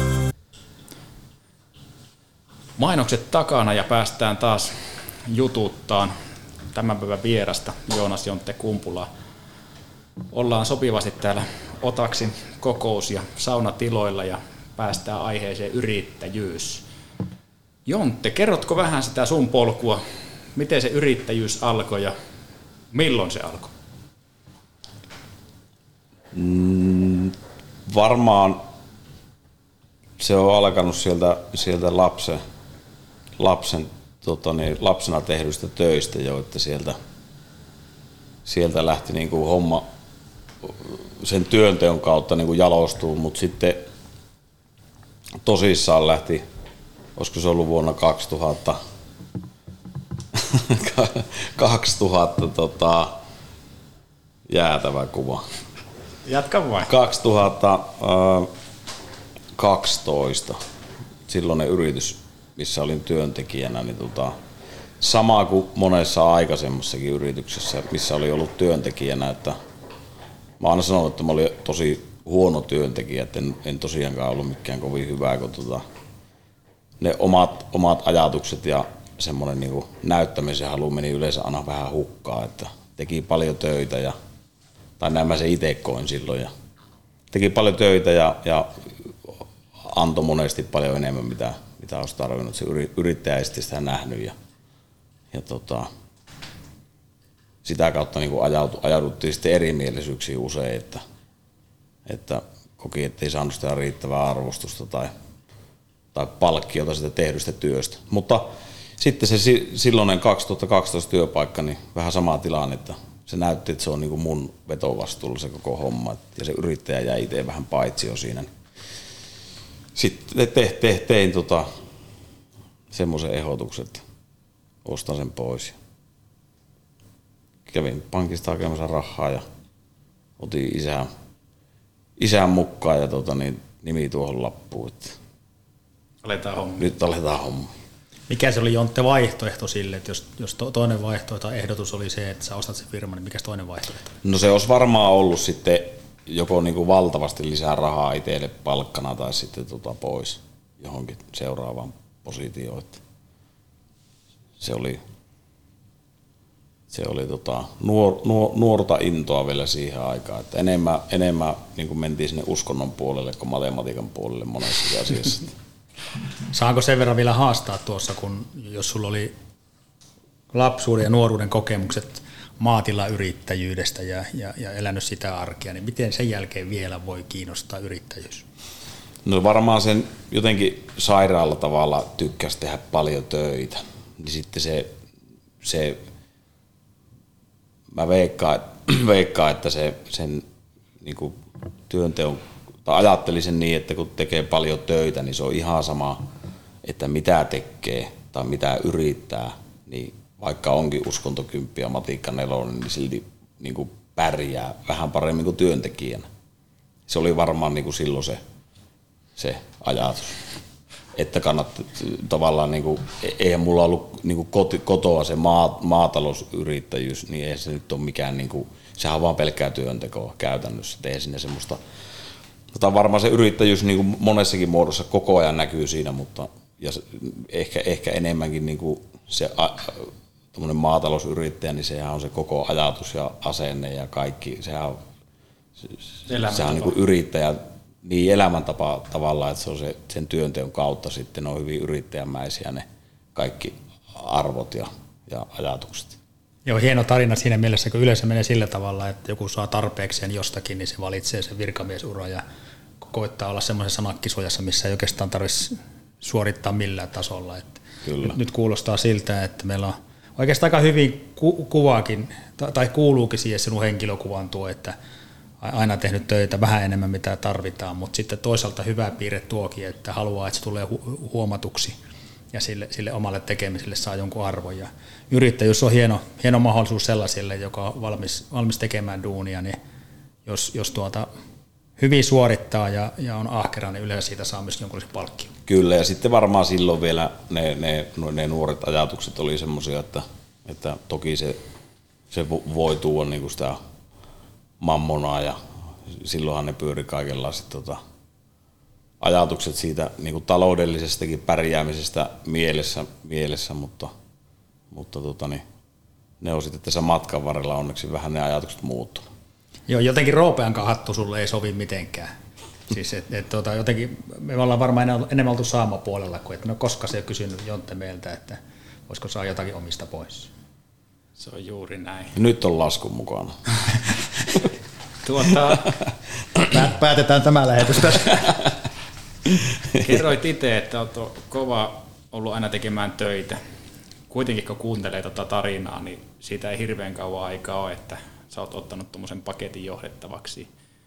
Mainokset takana ja päästään taas jututtaan tämän päivän vierasta Joonas Jontte Kumpulaa. Ollaan sopivasti täällä Otaksin kokous- ja saunatiloilla ja päästään aiheeseen yrittäjyys. Jontte, kerrotko vähän sitä sun polkua, miten se yrittäjyys alkoi ja milloin se alkoi? Varmaan se on alkanut sieltä lapsena tehdyistä töistä jo, että sieltä lähti niin kuin homma sen työnteon kautta niin kuin jalostuu, mutta sitten tosissaan lähti, olisiko se ollut vuonna 2000 jäätävä kuva. Jatka vain. 2012 silloinen yritys, missä olin työntekijänä, niin sama kuin monessa aikaisemmassakin yrityksessä, missä oli ollut työntekijänä, että mä aina sanon, että mä olin tosi huono työntekijä, että en tosiaankaan ollut mikään kovin hyvää, kun ne omat ajatukset ja semmoinen niin kuin näyttämisen halu meni yleensä aina vähän hukkaan, että teki paljon töitä tai näin mä se itse koin silloin ja teki paljon töitä ja antoi monesti paljon enemmän mitä olisi tarvinnut. Se yrittäjä ei sitä nähnyt ja sitä kautta niin kuin ajauduttiin sitten erimielisyyksiin usein, että koki, ettei saanut sitä riittävää arvostusta tai palkkiota sitä tehdystä työstä. Mutta sitten se silloinen 2012 työpaikka, niin vähän sama tilanne, että se näytti, että se on niin kuin mun vetovastuulla se koko homma ja se yrittäjä jäi itse vähän paitsio siinä. Sitten tein semmoisen ehdotuksen, että ostan sen pois. Kävin pankista hakemassa rahaa ja otin isän mukaan ja nimi tuohon lappuun. Että Aletaan homma. Nyt aletaan homma. Mikä se oli Jontte vaihtoehto sille, että jos toinen vaihtoehto ehdotus oli se, että sä ostat sen firman, niin mikä toinen vaihtoehto? No se olisi varmaan ollut sitten joko niin kuin valtavasti lisää rahaa itselle palkkana tai sitten pois johonkin seuraavaan positioon. Se oli nuorta intoa vielä siihen aikaan, että enemmän niin kuin mentiin sinne uskonnon puolelle kuin matematiikan puolelle monessa asiassa. Saanko sen verran vielä haastaa tuossa, jos sulla oli lapsuuden ja nuoruuden kokemukset maatilayrittäjyydestä ja elänyt sitä arkea, niin miten sen jälkeen vielä voi kiinnostaa yrittäjyys? No varmaan sen jotenkin sairaalla tavalla tykkäsi tehdä paljon töitä. Niin sitten se mä veikkaan, että sen niin kuin työnteon ajattelisin niin, että kun tekee paljon töitä, niin se on ihan sama, että mitä tekee tai mitä yrittää, niin vaikka onkin uskontokymppi ja matikka 4, niin silti niin kuin pärjää vähän paremmin kuin työntekijänä. Se oli varmaan niin kuin silloin se ajatus. Että kannattaa tavallaan, niin kuin, eihän mulla ollut niin kuin kotoa se maatalousyrittäjyys, niin eihän se nyt ole mikään, niin kuin, sehän on vaan pelkkää työntekoa käytännössä, että eihän sinne semmoista, varmaan se yrittäjyys niin kuin monessakin muodossa koko ajan näkyy siinä, mutta ja ehkä enemmänkin niin kuin se maatalousyrittäjä, niin sehän on se koko ajatus ja asenne ja kaikki, sehän on niin kuin yrittäjä, niin elämäntapa tavallaan, että se on sen työnteon kautta sitten on hyvin yrittäjämäisiä ne kaikki arvot ja ajatukset. Joo, hieno tarina siinä mielessä, kun yleensä menee sillä tavalla, että joku saa tarpeekseen jostakin, niin se valitsee sen virkamiesura ja koittaa olla semmoisessa nakkisuojassa, missä ei oikeastaan tarvitsisi suorittaa millään tasolla. Että nyt kuulostaa siltä, että meillä on oikeastaan aika hyvin kuvaakin, tai kuuluukin siihen sinun henkilökuvan tuo, että aina tehnyt töitä vähän enemmän mitä tarvitaan, mutta sitten toisaalta hyvä piirre tuokin, että haluaa, että se tulee huomatuksi ja sille omalle tekemiselle saa jonkun arvon. Ja yrittäjyys on hieno mahdollisuus sellaisille, joka on valmis tekemään duunia, niin jos hyvin suorittaa ja on ahkera, niin yleensä siitä saa myös jonkunlaisen palkkion. Kyllä, ja sitten varmaan silloin vielä ne nuoret ajatukset oli semmoisia, että toki se voi tuoda niinku sitä mammonaa ja silloinhan ne pyöri kaikenlaiset ajatukset siitä niin kuin taloudellisestakin pärjäämisestä mielessä mutta ne on sitten tässä matkan varrella onneksi vähän ne ajatukset muuttunut. Joo, jotenkin roopeankaan hattu sulle ei sovi mitenkään. Siis jotenkin me ollaan varmaan enemmän oltu saamapuolella kuin että no koska se on kysynyt Jontte meiltä, että voisiko saa jotakin omista pois. Se on juuri näin. Nyt on laskun mukana. Päätetään tämä lähetys tässä. Kerroit itse, että olet kova ollut aina tekemään töitä. Kuitenkin kun kuuntelee tuota tarinaa, niin siitä ei hirveän kauan aikaa ole, että sä oot ottanut tuommoisen paketin johdettavaksi.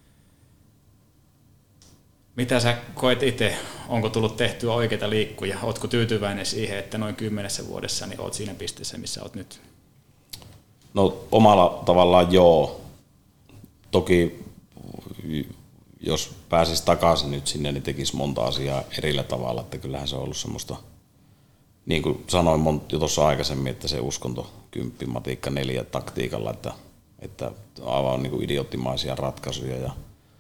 Mitä sä koet itse? Onko tullut tehtyä oikeita liikkuja? Ootko tyytyväinen siihen, että noin 10 vuodessa niin oot siinä pisteessä, missä oot nyt? No omalla tavallaan joo. Toki jos pääsisi takaisin nyt sinne, niin tekisi monta asiaa erillä tavalla, että kyllähän se on ollut semmoista, niin kuin sanoin jo tuossa aikaisemmin, että se uskonto 10, matikka 4 taktiikalla, että aivan niin kuin idioottimaisia ratkaisuja ja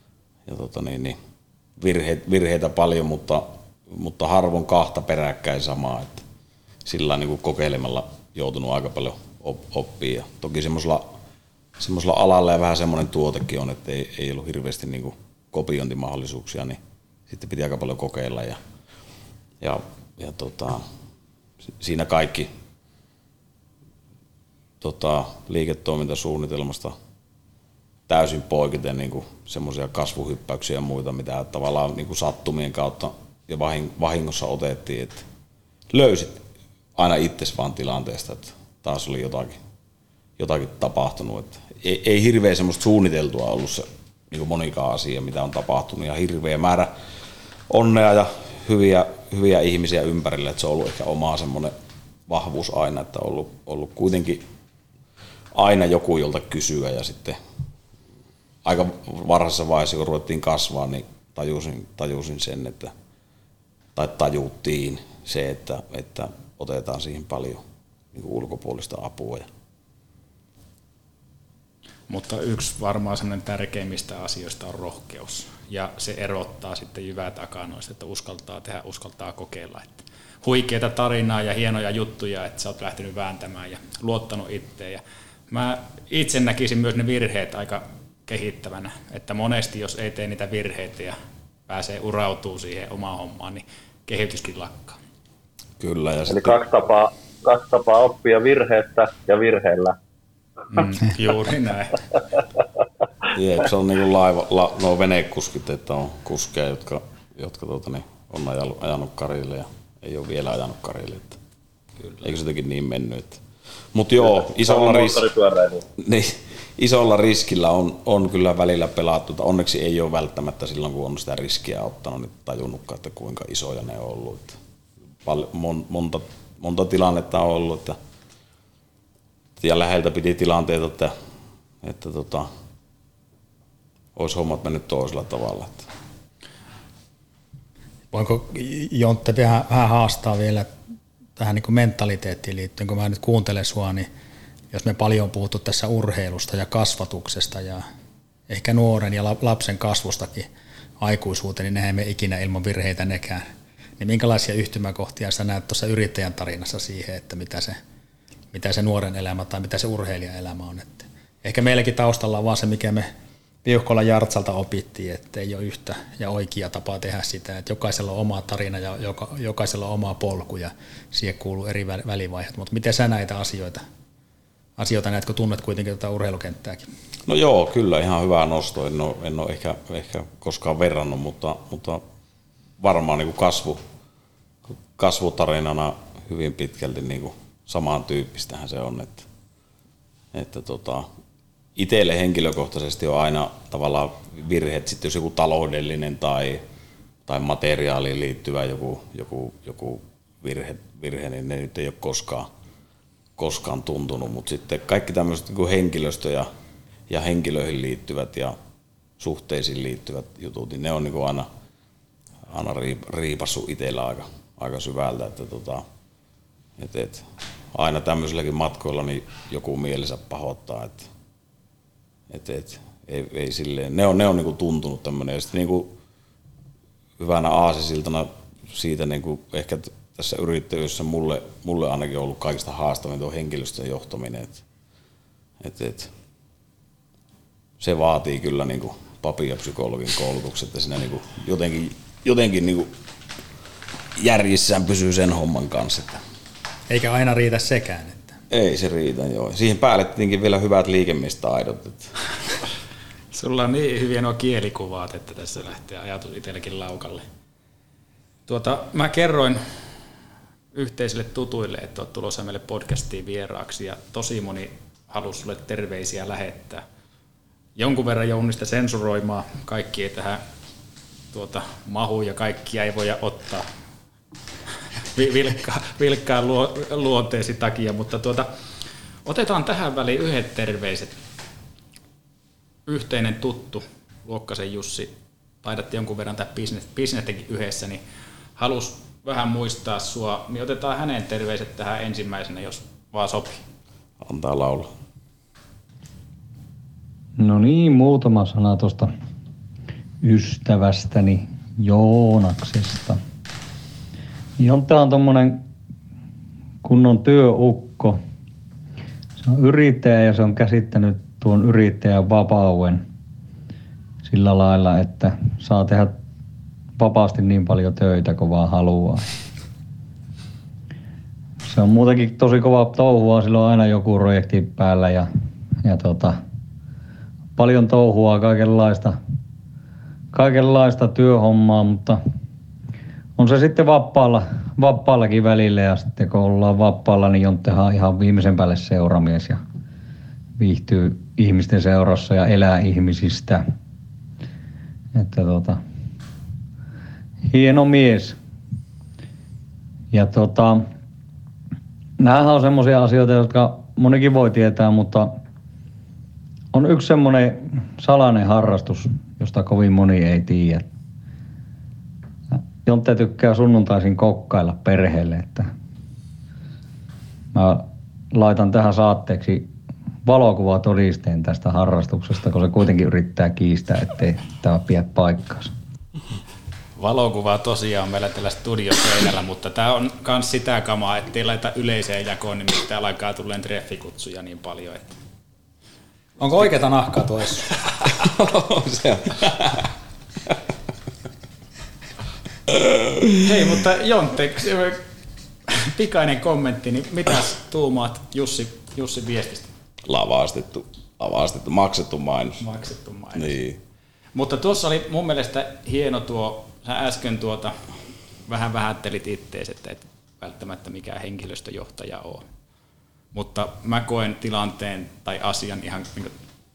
virheitä paljon, mutta harvoin kahta peräkkäin samaa, että sillä niin kuin kokeilemalla joutunut aika paljon oppia. Ja toki semmoisella alalla ja vähän semmoinen tuotekin on, että ei ollut hirveästi niin kuin kopiointimahdollisuuksia, niin sitten piti aika paljon kokeilla ja siinä kaikki liiketoimintasuunnitelmasta täysin poiketen niin semmoisia kasvuhyppäyksiä ja muita, mitä tavallaan niin kuin sattumien kautta ja vahingossa otettiin, että löysit aina itsesi vaan tilanteesta, että taas oli jotakin tapahtunut. Että ei hirveän semmoista suunniteltua ollut se niin monikaan asia, mitä on tapahtunut, ja hirveä määrä onnea ja hyviä ihmisiä ympärillä, että se on ollut ehkä oma semmoinen vahvuus aina, että on ollut kuitenkin aina joku, jolta kysyä, ja sitten aika varhaisessa vaiheessa, kun ruvettiin kasvaa, niin tajusin sen, tajuttiin se, että otetaan siihen paljon niin ulkopuolista apua. Mutta yksi varmaan sellainen tärkeimmistä asioista on rohkeus. Ja se erottaa sitten jyvää takanoista, että uskaltaa tehdä, uskaltaa kokeilla. Että huikeita tarinaa ja hienoja juttuja, että sä oot lähtenyt vääntämään ja luottanut itteen. Ja mä itse näkisin myös ne virheet aika kehittävänä, että monesti jos ei tee niitä virheitä ja pääsee urautuu siihen omaan hommaan, niin kehityskin lakkaa. Kyllä. Ja eli sitten kaksi tapaa oppia virheestä ja virheellä. Juuri näin. Jep, se on niin kuin venekuskit, että on kuskeja, jotka on ajanut karille ja ei ole vielä ajanut karille. Eikö se jotenkin niin mennyt? Mutta joo, isolla riskillä on kyllä välillä pelattu. Onneksi ei ole välttämättä silloin, kun on sitä riskiä ottanut, niin tajunnutkaan, että kuinka isoja ne on ollut. Monta tilannetta on ollut, että ja läheltä piti tilanteita, että olisi hommat mennyt toisella tavalla. Voinko Jontte vähän haastaa vielä tähän niin kuin mentaliteettiin liittyen, kun mä nyt kuuntelen sua, niin jos me paljon on puhuttu tässä urheilusta ja kasvatuksesta ja ehkä nuoren ja lapsen kasvustakin aikuisuuteen, niin nehän me ikinä ilman virheitä nekään. Niin minkälaisia yhtymäkohtia sä näet tuossa yrittäjän tarinassa siihen, että mitä se nuoren elämä tai mitä se urheilijan elämä on? Että ehkä meilläkin taustalla on vaan se, mikä me Piuhkolla Jartsalta opittiin, että ei ole yhtä ja oikea tapaa tehdä sitä, että jokaisella on oma tarina ja jokaisella on oma polku ja siihen kuuluu eri välivaiheet. Mutta miten sä näitä asioita näet, kun tunnet kuitenkin tätä urheilukenttääkin? No joo, kyllä ihan hyvä nosto. En ole ehkä koskaan verrannut, mutta varmaan niin kuin kasvutarinana hyvin pitkälti niin kuin samantyyppistähän se on. Että itselle henkilökohtaisesti on aina tavallaan virhe, että sitten jos joku taloudellinen tai materiaaliin liittyvä joku virhe, niin ne nyt ei ole koskaan tuntunut, mutta sitten kaikki tämmöiset niin kuin henkilöstö ja henkilöihin liittyvät ja suhteisiin liittyvät jutut, niin ne on niin kuin aina riipassut itsellä aika syvältä, että aina tämmöisilläkin matkoilla niin joku mielensä pahoittaa, että ei silleen, ne on niin kuin tuntunut tämmöinen, ja sitten niin kuin hyvänä aasisiltana siitä niin kuin ehkä tässä yrittäjyydessä mulle ainakin on ollut kaikista haastavin tuo henkilöstön johtaminen, että se vaatii kyllä niin kuin papin ja psykologin koulutukset, että siinä niin kuin jotenkin niin kuin järjissään pysyy sen homman kanssa. Eikä aina riitä sekään. Että. Ei se riitä, joo. Siihen päälle tietenkin vielä hyvät liikemistaidot. Että. Sulla on niin hyviä nuo kielikuvat, että tässä lähtee ajatus itselläkin laukalle. Mä kerroin yhteisille tutuille, että olet tulossa meille podcastiin vieraaksi ja tosi moni halusi sulle terveisiä lähettää. Jonkun verran joudun niistä sensuroimaan, kaikki ei tähän mahu ja kaikkia ei voida ottaa vilkkaan luonteesi takia, mutta otetaan tähän väliin yhdet terveiset. Yhteinen tuttu, Luokkasen Jussi, taidatte jonkun verran tämä bisnestäkin yhdessä, niin halusi vähän muistaa sua, niin otetaan hänen terveiset tähän ensimmäisenä, jos vaan sopii. Antaa laulaa. No niin, muutama sana tuosta ystävästäni Joonaksesta. Jontta on tommonen kunnon työukko. Se on yrittäjä ja se on käsittänyt tuon yrittäjän vapauden sillä lailla, että saa tehdä vapaasti niin paljon töitä kuin vaan haluaa. Se on muutenkin tosi kova touhua, sillä on aina joku projekti päällä ja paljon touhua, kaikenlaista työhommaa, mutta on se sitten vapaallakin välillä ja sitten kun ollaan vapaalla, niin Jonttehan ihan viimeisen päälle seuramies ja viihtyy ihmisten seurassa ja elää ihmisistä. Että hieno mies. Ja näähän on semmoisia asioita, jotka monikin voi tietää, mutta on yksi semmoinen salainen harrastus, josta kovin moni ei tiedä. Jontte tykkää sunnuntaisin kokkailla perheelle, että mä laitan tähän saatteeksi valokuvatodisteen tästä harrastuksesta, kun se kuitenkin yrittää kiistää, ettei tämä pidä paikkaansa. Valokuvaa tosiaan meillä tällä studioseinällä, mutta tämä on myös sitä kamaa, ettei laita yleiseen jakoon, niin täällä alkaa tulleen treffikutsuja niin paljon. Että. Onko oikeata nahkaa tuossa? Hei, mutta Jontte, pikainen kommentti, niin mitäs tuumaat Jussin viestistä? Lavastettu, maksettu mainos. Maksettu mainos. Niin. Mutta tuossa oli mun mielestä hieno sä äsken vähän vähättelit ittees, että et välttämättä mikään henkilöstöjohtaja ole. Mutta mä koen tilanteen tai asian ihan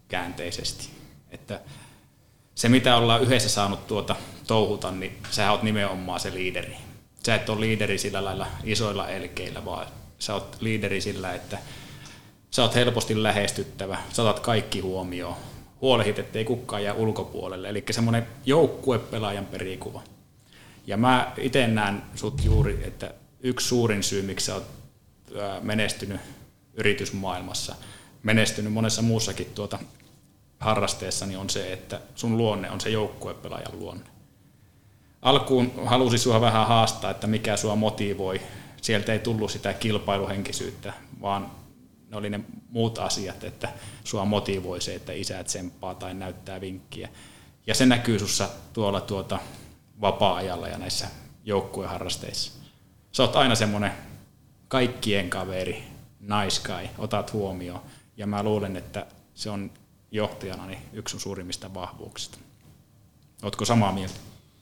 käänteisesti. Että se, mitä ollaan yhdessä saanut touhuta, niin sä oot nimenomaan se liideri. Sä et ole liideri sillä lailla isoilla elkeillä, vaan sä oot liideri sillä, että sä oot helposti lähestyttävä, sä otat kaikki huomioon, huolehit, ettei kukaan jää ulkopuolelle. Eli semmoinen joukkuepelaajan perikuva. Ja mä itse näen sut juuri, että yksi suurin syy, miksi sä oot menestynyt yritysmaailmassa, menestynyt monessa muussakin harrasteessa, niin on se, että sun luonne on se joukkuepelaajan luonne. Alkuun halusin sua vähän haastaa, että mikä sua motivoi. Sieltä ei tullut sitä kilpailuhenkisyyttä, vaan ne oli ne muut asiat, että sua motivoi se, että isä tsemppaa tai näyttää vinkkiä. Ja se näkyy sussa tuolla vapaa-ajalla ja näissä joukkueharrasteissa. Sä oot aina semmoinen kaikkien kaveri, nice guy, otat huomioon. Ja mä luulen, että se on johtajana niin yksi sun suurimmista vahvuuksista. Ootko samaa mieltä?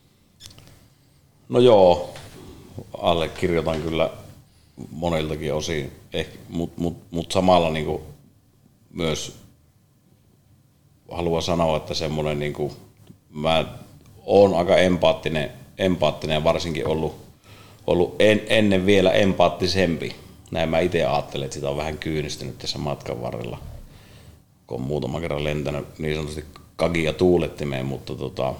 No joo, allekirjoitan kyllä moniltakin osin, mutta samalla niinku myös haluan sanoa, että semmoinen niinku, mä oon aika empaattinen ja varsinkin ollut ennen vielä empaattisempi. Näin mä itse ajattelen, että sitä on vähän kyynistynyt tässä matkan varrella, kun on muutaman kerran lentänyt niin sanotusti kagia tuulettimeen, mutta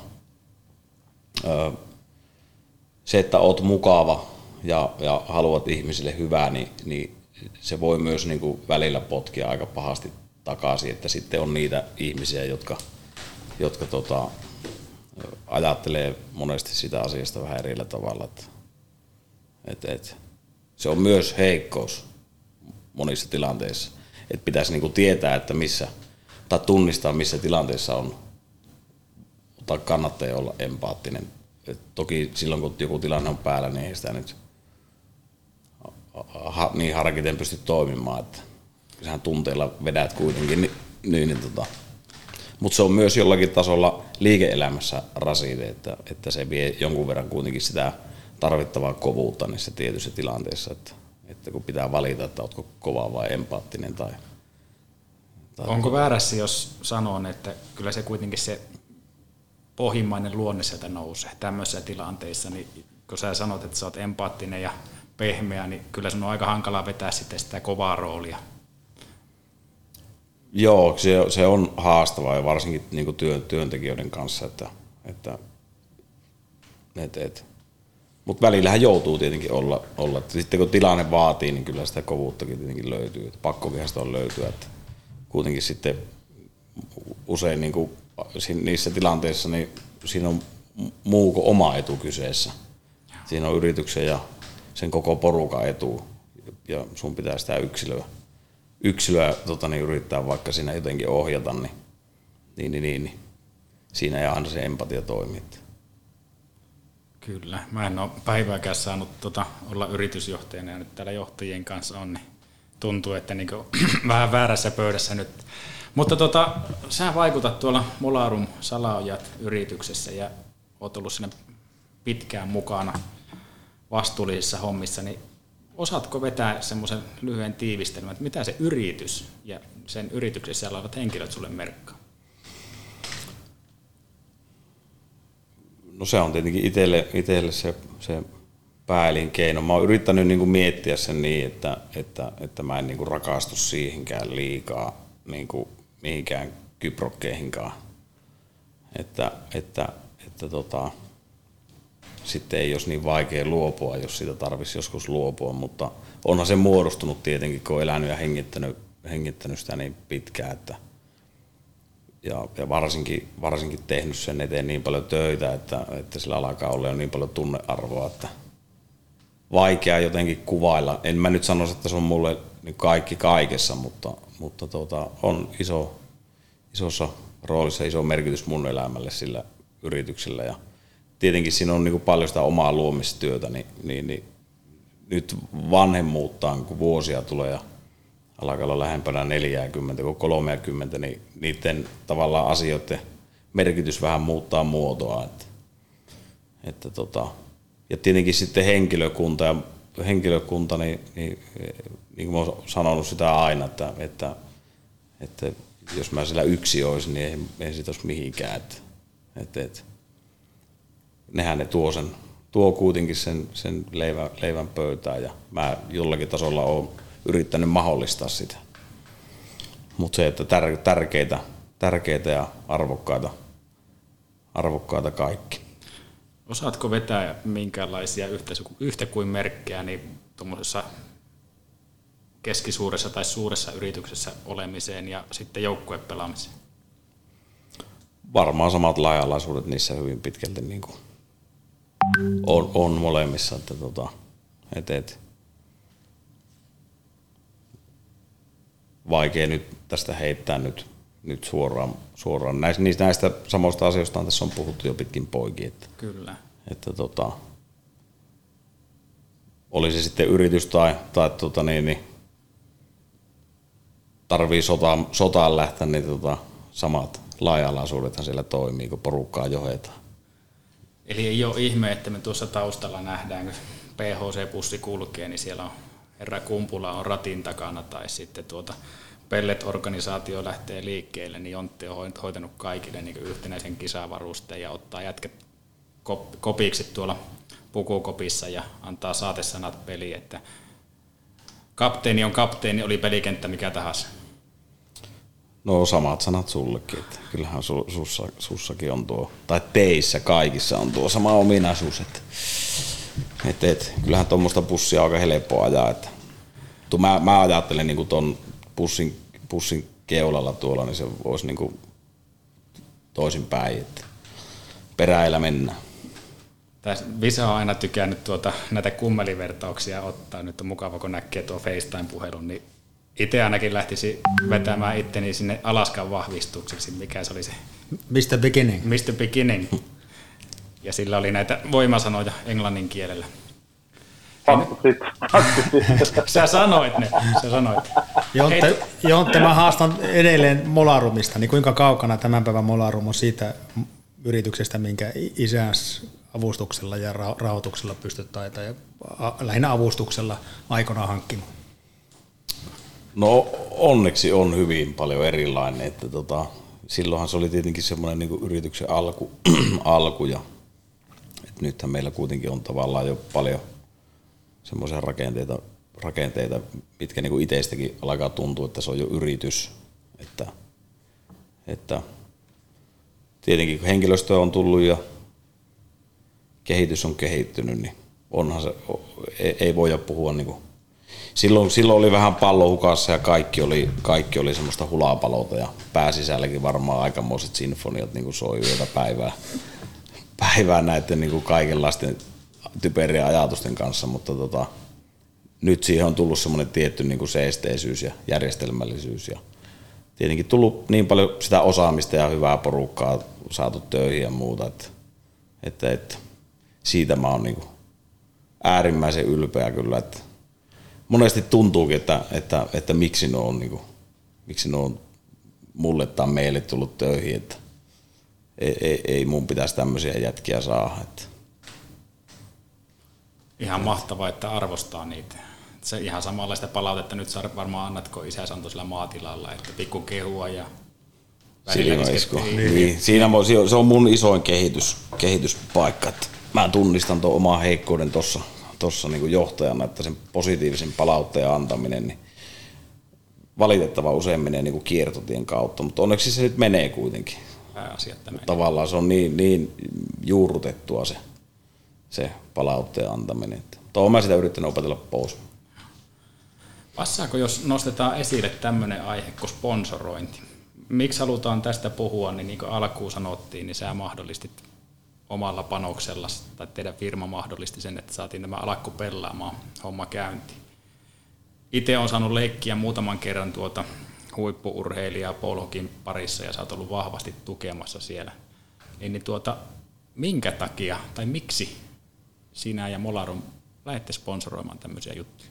se, että oot mukava ja haluat ihmisille hyvää, niin se voi myös niin kuin välillä potkia aika pahasti takaisin, että sitten on niitä ihmisiä, jotka ajattelee monesti sitä asiasta vähän erillä tavalla. Että se on myös heikkous monissa tilanteissa, että pitäisi niin kuin tietää, että missä, tai tunnistaa missä tilanteessa on, tai kannattaa olla empaattinen. Et toki silloin, kun joku tilanne on päällä, niin ei sitä nyt niin harkiten pysty toimimaan, että sähän tunteilla vedät kuitenkin. Mutta se on myös jollakin tasolla liike-elämässä rasite, että se vie jonkun verran kuitenkin sitä tarvittavaa kovuutta niissä tietyissä tilanteissa, että kun pitää valita, että oletko kova vai empaattinen. Tai onko väärässä, jos sanon, että kyllä se kuitenkin se pohjimmainen luonne sieltä nousee tämmöisissä tilanteissa, niin kun sä sanot, että sä oot empaattinen ja pehmeä, niin kyllä sun on aika hankalaa vetää sitten sitä kovaa roolia. Joo, se on haastavaa ja varsinkin niin kuin työntekijöiden kanssa, mutta välillähän joutuu tietenkin olla. Sitten kun tilanne vaatii, niin kyllä sitä kovuuttakin tietenkin löytyy. Pakkokinhan sitä on löytyä. Että kuitenkin sitten usein niin kuin niissä tilanteissa niin siinä on muu kuin oma etu kyseessä. Siinä on yrityksen ja sen koko porukan etu ja sun pitää sitä yksilöä yrittää vaikka siinä jotenkin ohjata, niin siinä ei aina se empatia toimi. Kyllä. Mä en ole päivääkään saanut olla yritysjohtajana ja nyt täällä johtajien kanssa on, niin tuntuu, että niin vähän väärässä pöydässä nyt. Mutta sä vaikutat tuolla Molarum Salaojat yrityksessä ja oot ollut siinä pitkään mukana vastuullisissa hommissa, niin osaatko vetää semmoisen lyhyen tiivistelmän, että mitä se yritys ja sen yrityksessä olevat henkilöt sulle merkkaa? No se on tietenkin itselle se pääelinkeino. Mä oon yrittänyt niin kuin miettiä sen niin, että mä en niin kuin rakastu siihenkään liikaa niin kuin mihinkään kyprokkeihinkaan. Että sitten ei olisi niin vaikea luopua, jos siitä tarvitsisi joskus luopua, mutta onhan se muodostunut tietenkin, kun on elänyt ja hengittänyt sitä niin pitkään, ja varsinkin tehnyt sen eteen niin paljon töitä, että sillä alkaa olla jo niin paljon tunnearvoa, että vaikea jotenkin kuvailla. En mä nyt sanoisi, että se on mulle kaikki kaikessa, mutta on isossa roolissa iso merkitys mun elämälle sillä yrityksellä. Ja tietenkin siinä on niin paljon sitä omaa luomistyötä, niin nyt vanhemmuuttaan, kun vuosia tulee ja alkaa olla lähempänä 40 kuin 30, niin niiden tavallaan asioiden merkitys vähän muuttaa muotoa. Ja tietenkin sitten henkilökunta niin kuin mä oon sanonut sitä aina, että jos mä siellä yksi olisin, niin ei siitä olisi mihinkään. Nehän ne tuo kuitenkin sen leivän pöytään ja mä jollakin tasolla oon yrittänyt mahdollistaa sitä. Mutta se, että tärkeitä ja arvokkaita kaikki. Osaatko vetää minkälaisia yhtä kuin merkkejä niin tuommoisessa keskisuuressa tai suuressa yrityksessä olemiseen ja sitten joukkuepelaamiseen? Varmaan samat laaja-alaisuudet niissä hyvin pitkälti niin kuin on molemmissa. Että vaikea nyt tästä heittää nyt suoraan. Näistä samoista asioista tässä on puhuttu jo pitkin poikin. Kyllä. Että oli se sitten yritys tai tarvii sotaan lähteä, niin samat laaja-alaisuudethan siellä toimii, kun porukkaa johdetaan. Eli ei ole ihme, että me tuossa taustalla nähdään, kun PHC-bussi kulkee, niin siellä on herra Kumpula on ratin takana tai sitten Pellet-organisaatio lähtee liikkeelle, niin Jontti on hoitanut kaikille niin yhtenäisen kisavarusteen ja ottaa jätket kopiksi tuolla pukukopissa ja antaa saatesanat peliin, että kapteeni on kapteeni, oli pelikenttä mikä tahansa. No samat sanat sullekin, että kyllähän sussakin on tuo, tai teissä kaikissa on tuo sama ominaisuus, että kyllähän tuommoista bussia on aika helppoa ajaa, että mä ajattelen niin kuin ton bussin keulalla tuolla, niin se voisi niin kuin toisinpäin, että peräillä mennään. Visa on aina tykännyt näitä kummelivertauksia ottaa. Nyt on mukava, kun näkee tuo FaceTime-puhelun, niin itse ainakin lähtisi vetämään itteni sinne Alaskan vahvistukseksi, mikä se oli se? Mr. Beginning. Mr. Beginning. Ja sillä oli näitä voimasanoja englannin kielellä. Sä sanoit ne. Jontte, mä haastan edelleen Molarumista. Niin kuinka kaukana tämän päivän Molarum on siitä yrityksestä, minkä isäns avustuksella ja rahoituksella pystyt ja lähinnä avustuksella aikoinaan hankkimaan? No onneksi on hyvin paljon erilainen, että silloinhan se oli tietenkin semmoinen niin kuin yrityksen alku ja että nythän meillä kuitenkin on tavallaan jo paljon semmoisia rakenteita, mitkä niin kuin itsestäkin alkaa tuntua, että se on jo yritys, että tietenkin kun henkilöstö on tullut ja kehitys on kehittynyt, niin onhan se, ei voida puhua niin kuin, silloin oli vähän pallo hukassa ja kaikki oli semmoista hulapalota ja pääsisälläkin varmaan aikamoiset sinfoniat niin kuin soi yötä päivää näiden niin kuin kaikenlaisten typerien ajatusten kanssa, mutta nyt siihen on tullut semmoinen tietty niin kuin seesteisyys ja järjestelmällisyys ja tietenkin tullut niin paljon sitä osaamista ja hyvää porukkaa saatu töihin ja muuta, että siitä mä oon niin kuin äärimmäisen ylpeä kyllä, että monesti tuntuukin, että miksi ne on mulle tai meille tullut töihin, että ei mun pitäisi tämmöisiä jätkiä saada. Että. Ihan mahtavaa, että arvostaa niitä. Se ihan samanlaista palautetta nyt varmaan annatko isäsi antoi sillä maatilalla, että pikku kehua ja niin. Se on mun isoin kehityspaikka. Että mä tunnistan tuon oman heikkouden tuossa niin kuin johtajana, että sen positiivisen palautteen antaminen niin valitettavan usein menee niin kuin kiertotien kautta, mutta onneksi se nyt menee kuitenkin. Tavallaan se on niin juurrutettua se palautteen antaminen. Olen mä sitä yrittänyt opetella pois. Passaako, jos nostetaan esille tämmöinen aihe kuin sponsorointi? Miksi halutaan tästä puhua, niin kuin alkuun sanottiin, niin sä mahdollistit omalla panoksella, tai teidän firma mahdollisti sen, että saatiin tämä Alakko pelaamaan homma käyntiin. Itse olen saanut leikkiä muutaman kerran huippu-urheilijaa Polhokin parissa ja sä oot ollut vahvasti tukemassa siellä. Minkä takia tai miksi sinä ja Molarum lähdette sponsoroimaan tämmöisiä juttuja?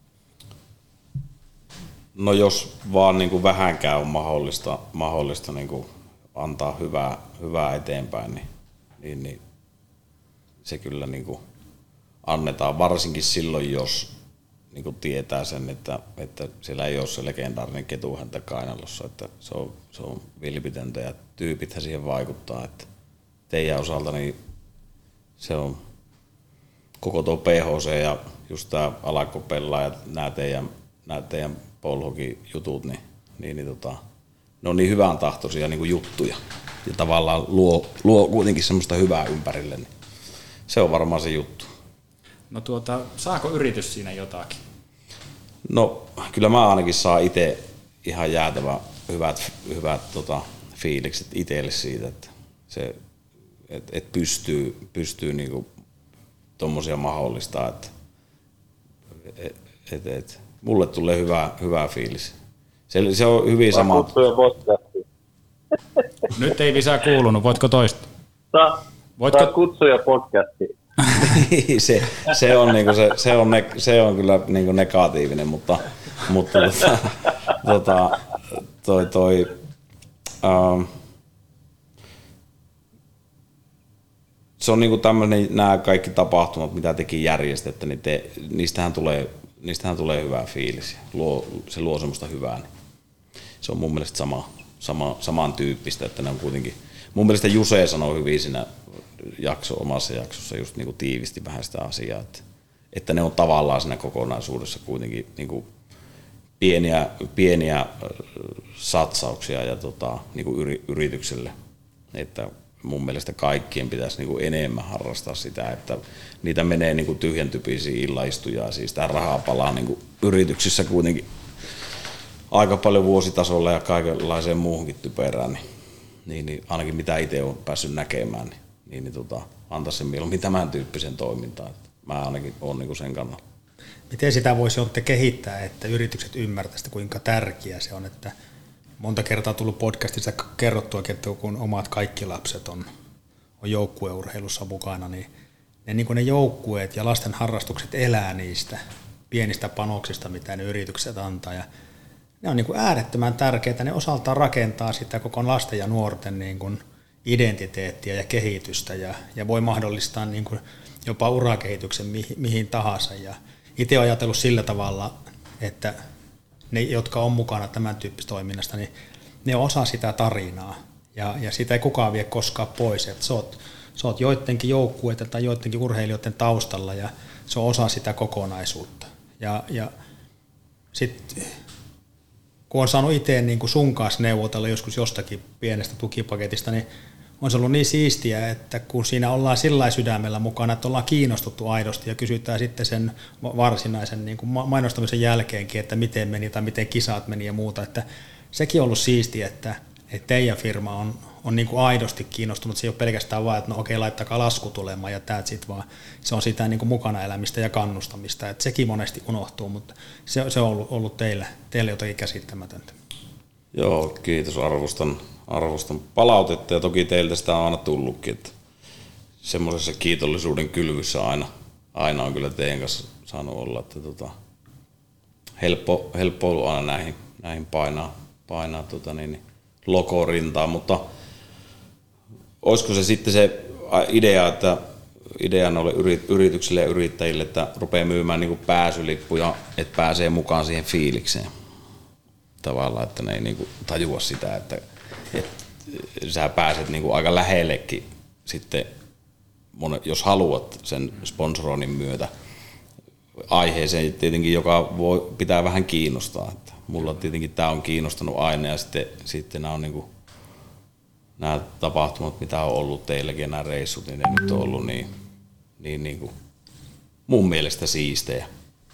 No jos vaan niin kuin vähänkään on mahdollista niin kuin antaa hyvää eteenpäin, niin se kyllä niin kuin annetaan, varsinkin silloin, niin kuin tietää sen, että siellä ei ole se legendaarinen ketuhäntä kainalossa, että se on vilpitöntä ja tyypithän siihen vaikuttaa, että teidän osalta niin se on koko tuo PHC ja just tää Alakko-Pellaa ja nämä teidän polhoki-jutut, niin ne on niin hyvän tahtoisia niin kuin juttuja ja tavallaan luo kuitenkin semmoista hyvää ympärille, niin se on varmaan se juttu. No saako yritys siinä jotakin? No kyllä mä ainakin saan itse ihan jäätävän hyvät fiilikset itselle siitä, että se pystyy niinku tommosia mahdollistaa, että mulle tulee hyvä fiilis. Se on hyvin sama. Nyt ei lisää kuulunut, voitko toistaa? Saa kutsuja podcastiin. se on kyllä niinku negatiivinen, mutta se on niinku tämmöinen, nämä kaikki tapahtumat, mitä tekin järjestätte, niin niistähän tulee hyvää fiilis. Se luo semmoista hyvää. Niin se on mun mielestä samantyyppistä, että ne on kuitenkin. Mun mielestä Juse sanoi hyvin siinä omassa jaksossa just niinku tiivisti vähän sitä asiaa, että ne on tavallaan siinä kokonaisuudessa kuitenkin niinku pieniä satsauksia ja niinku yritykselle, että mun mielestä kaikkien pitäisi niinku enemmän harrastaa sitä, että niitä menee niinku tyhjäntypisiin illaistuja, siis tää rahaa palaa niinku yrityksissä kuitenkin aika paljon vuositasolla ja kaikenlaiseen muuhunkin typerään, niin ainakin mitä itse olen päässyt näkemään, niin antaa sen mieluummin tämän tyyppisen toimintaan. Että mä ainakin olen niin sen kannalla. Miten sitä voisi kehittää, että yritykset ymmärtäisivät, kuinka tärkeää se on, että monta kertaa on tullut podcastissa kerrottuakin, että kun omat kaikki lapset on joukkueurheilussa mukana, niin ne joukkueet ja lasten harrastukset elää niistä pienistä panoksista, mitä ne yritykset antaa. Ja ne on niin kuin äärettömän tärkeää, ne osaltaan rakentaa sitä koko lasten ja nuorten niin kuin identiteettiä ja kehitystä ja voi mahdollistaa niin kuin jopa urakehityksen mihin tahansa. Ja itse olen ajatellut sillä tavalla, että ne, jotka on mukana tämän tyyppisessä toiminnasta, niin ne on osa sitä tarinaa ja sitä ei kukaan vie koskaan pois. Että sä oot joidenkin joukkueiden tai joidenkin urheilijoiden taustalla ja se on osa sitä kokonaisuutta. Ja sitten kun on saanut itse niin kuin sun kanssa neuvotella joskus jostakin pienestä tukipaketista, niin on se ollut niin siistiä, että kun siinä ollaan sillä sydämellä mukana, että ollaan kiinnostuttu aidosti ja kysytään sitten sen varsinaisen niin kuin mainostamisen jälkeenkin, että miten meni tai miten kisat meni ja muuta, että sekin on ollut siistiä, että teidän firma on niin kuin aidosti kiinnostunut. Se ei ole pelkästään vaan, että no okei, laittakaa lasku tulemaan ja that's it, vaan se on sitä niin kuin mukana elämistä ja kannustamista. Että sekin monesti unohtuu, mutta se on ollut teille jotakin käsittämätöntä. Joo, kiitos. Arvostan palautetta ja toki teiltä sitä on aina tullutkin. Että semmoisessa kiitollisuuden kylvyssä aina on kyllä teidän kanssa saanut olla. Että helppo ollut aina näihin painaa logorintaan, mutta olisiko se sitten se idea, että ideana oli yrityksille ja yrittäjille, että rupeaa myymään niin kuin pääsylippuja, että pääsee mukaan siihen fiilikseen tavallaan, että ne ei niin kuin tajua sitä, että sä pääset niin kuin aika lähellekin sitten, jos haluat sen sponsoroinnin myötä aiheeseen tietenkin, joka pitää vähän kiinnostaa. Että mulla tietenkin tämä on kiinnostanut aina ja sitten nämä on niin kuin, nämä tapahtumat, mitä on ollut teilläkin ja nämä reissut, niin ne nyt on ollut niin kuin mun mielestä siistejä.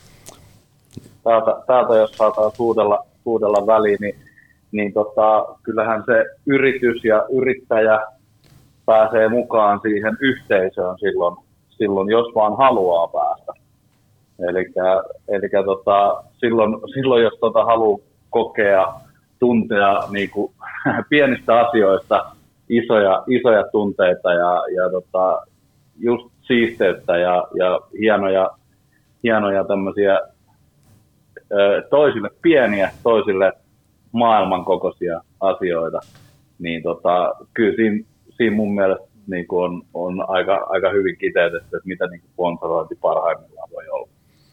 Täältä jos saadaan suudella väliin, niin kyllähän se yritys ja yrittäjä pääsee mukaan siihen yhteisöön silloin jos vaan haluaa päästä. Eli silloin jos haluaa kokea, tuntea niin kuin pienistä asioista isoja tunteita ja just siisteyttä ja hienoja tämmöisiä toisille pieniä, toisille maailmankokoisia asioita, niin kyllä siinä mun mielestä niin on aika hyvin kiteytetty, että mitä niin sponsorointi parhaimmillaan voi olla.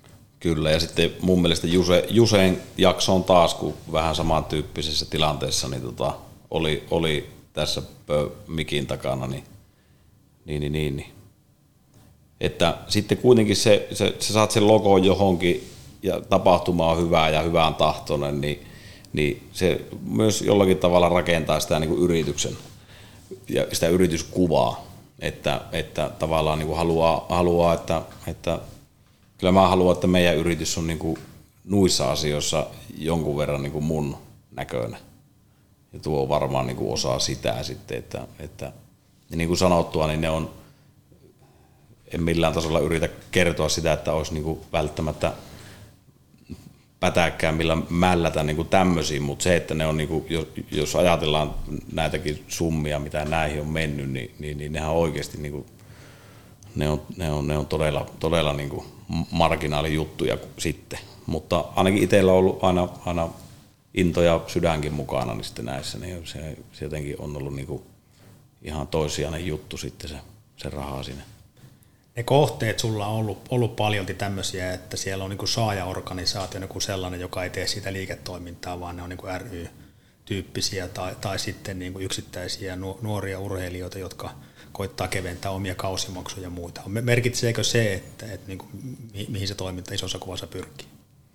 Kyllä, ja sitten mun mielestä Juseen jaksoon taas, kun vähän samantyyppisessä tilanteessa, niin oli tässä mikin takana, niin. Että sitten kuitenkin se saat sen logon johonkin, ja tapahtuma on hyvää ja hyvään tahtoinen, niin se myös jollakin tavalla rakentaa sitä niin kuin yrityksen ja sitä yrityskuvaa, että tavallaan niin kuin haluaa että kyllä mä haluan, että meidän yritys on niin kuin nuissa asioissa jonkun verran niin kuin mun näköinen. Ja tuo on varmaan niin kuin osa sitä sitten, että ja niin kuin sanottua, niin ne on, en millään tasolla yritä kertoa sitä, että olisi niin kuin välttämättä pätääkään millä mällätä niin kuin tämmöisiä, mutta se, että ne on, niin kuin, jos ajatellaan näitäkin summia, mitä näihin on mennyt, niin nehän oikeasti niin kuin, ne on todella niin kuin marginaalijuttuja sitten. Mutta ainakin itsellä on ollut aina into ja sydänkin mukana niin sitten näissä, niin se jotenkin on ollut niin kuin ihan toissijainen juttu sitten se raha sinne. Ne kohteet sulla on ollut paljolti tämmöisiä, että siellä on niin kuin saajaorganisaatio, joku sellainen, joka ei tee sitä liiketoimintaa, vaan ne on niin kuin ry-tyyppisiä tai sitten niin kuin yksittäisiä nuoria urheilijoita, jotka koittaa keventää omia kausimaksuja ja muita. Merkitseekö se, että niin kuin, mihin se toiminta isossa kuvassa pyrkii?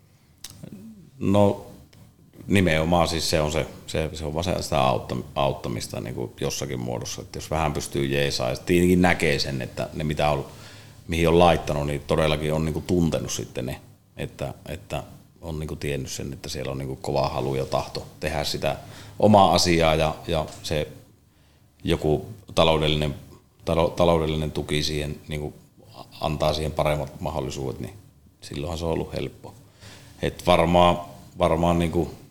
No nimenomaan siis se on vaan sitä auttamista niin kuin jossakin muodossa, että jos vähän pystyy jeesaamaan, ja tietenkin näkee sen, että ne mitä on, mihin on laittanut, niin todellakin on niin kuin tuntenut sitten ne, että on niin kuin tiennyt sen, että siellä on niin kuin kova halu ja tahto tehdä sitä omaa asiaa ja se joku taloudellinen tuki siihen niin kuin antaa siihen paremmat mahdollisuudet, niin silloinhan se on ollut helppoa. Et varmaan niin kuin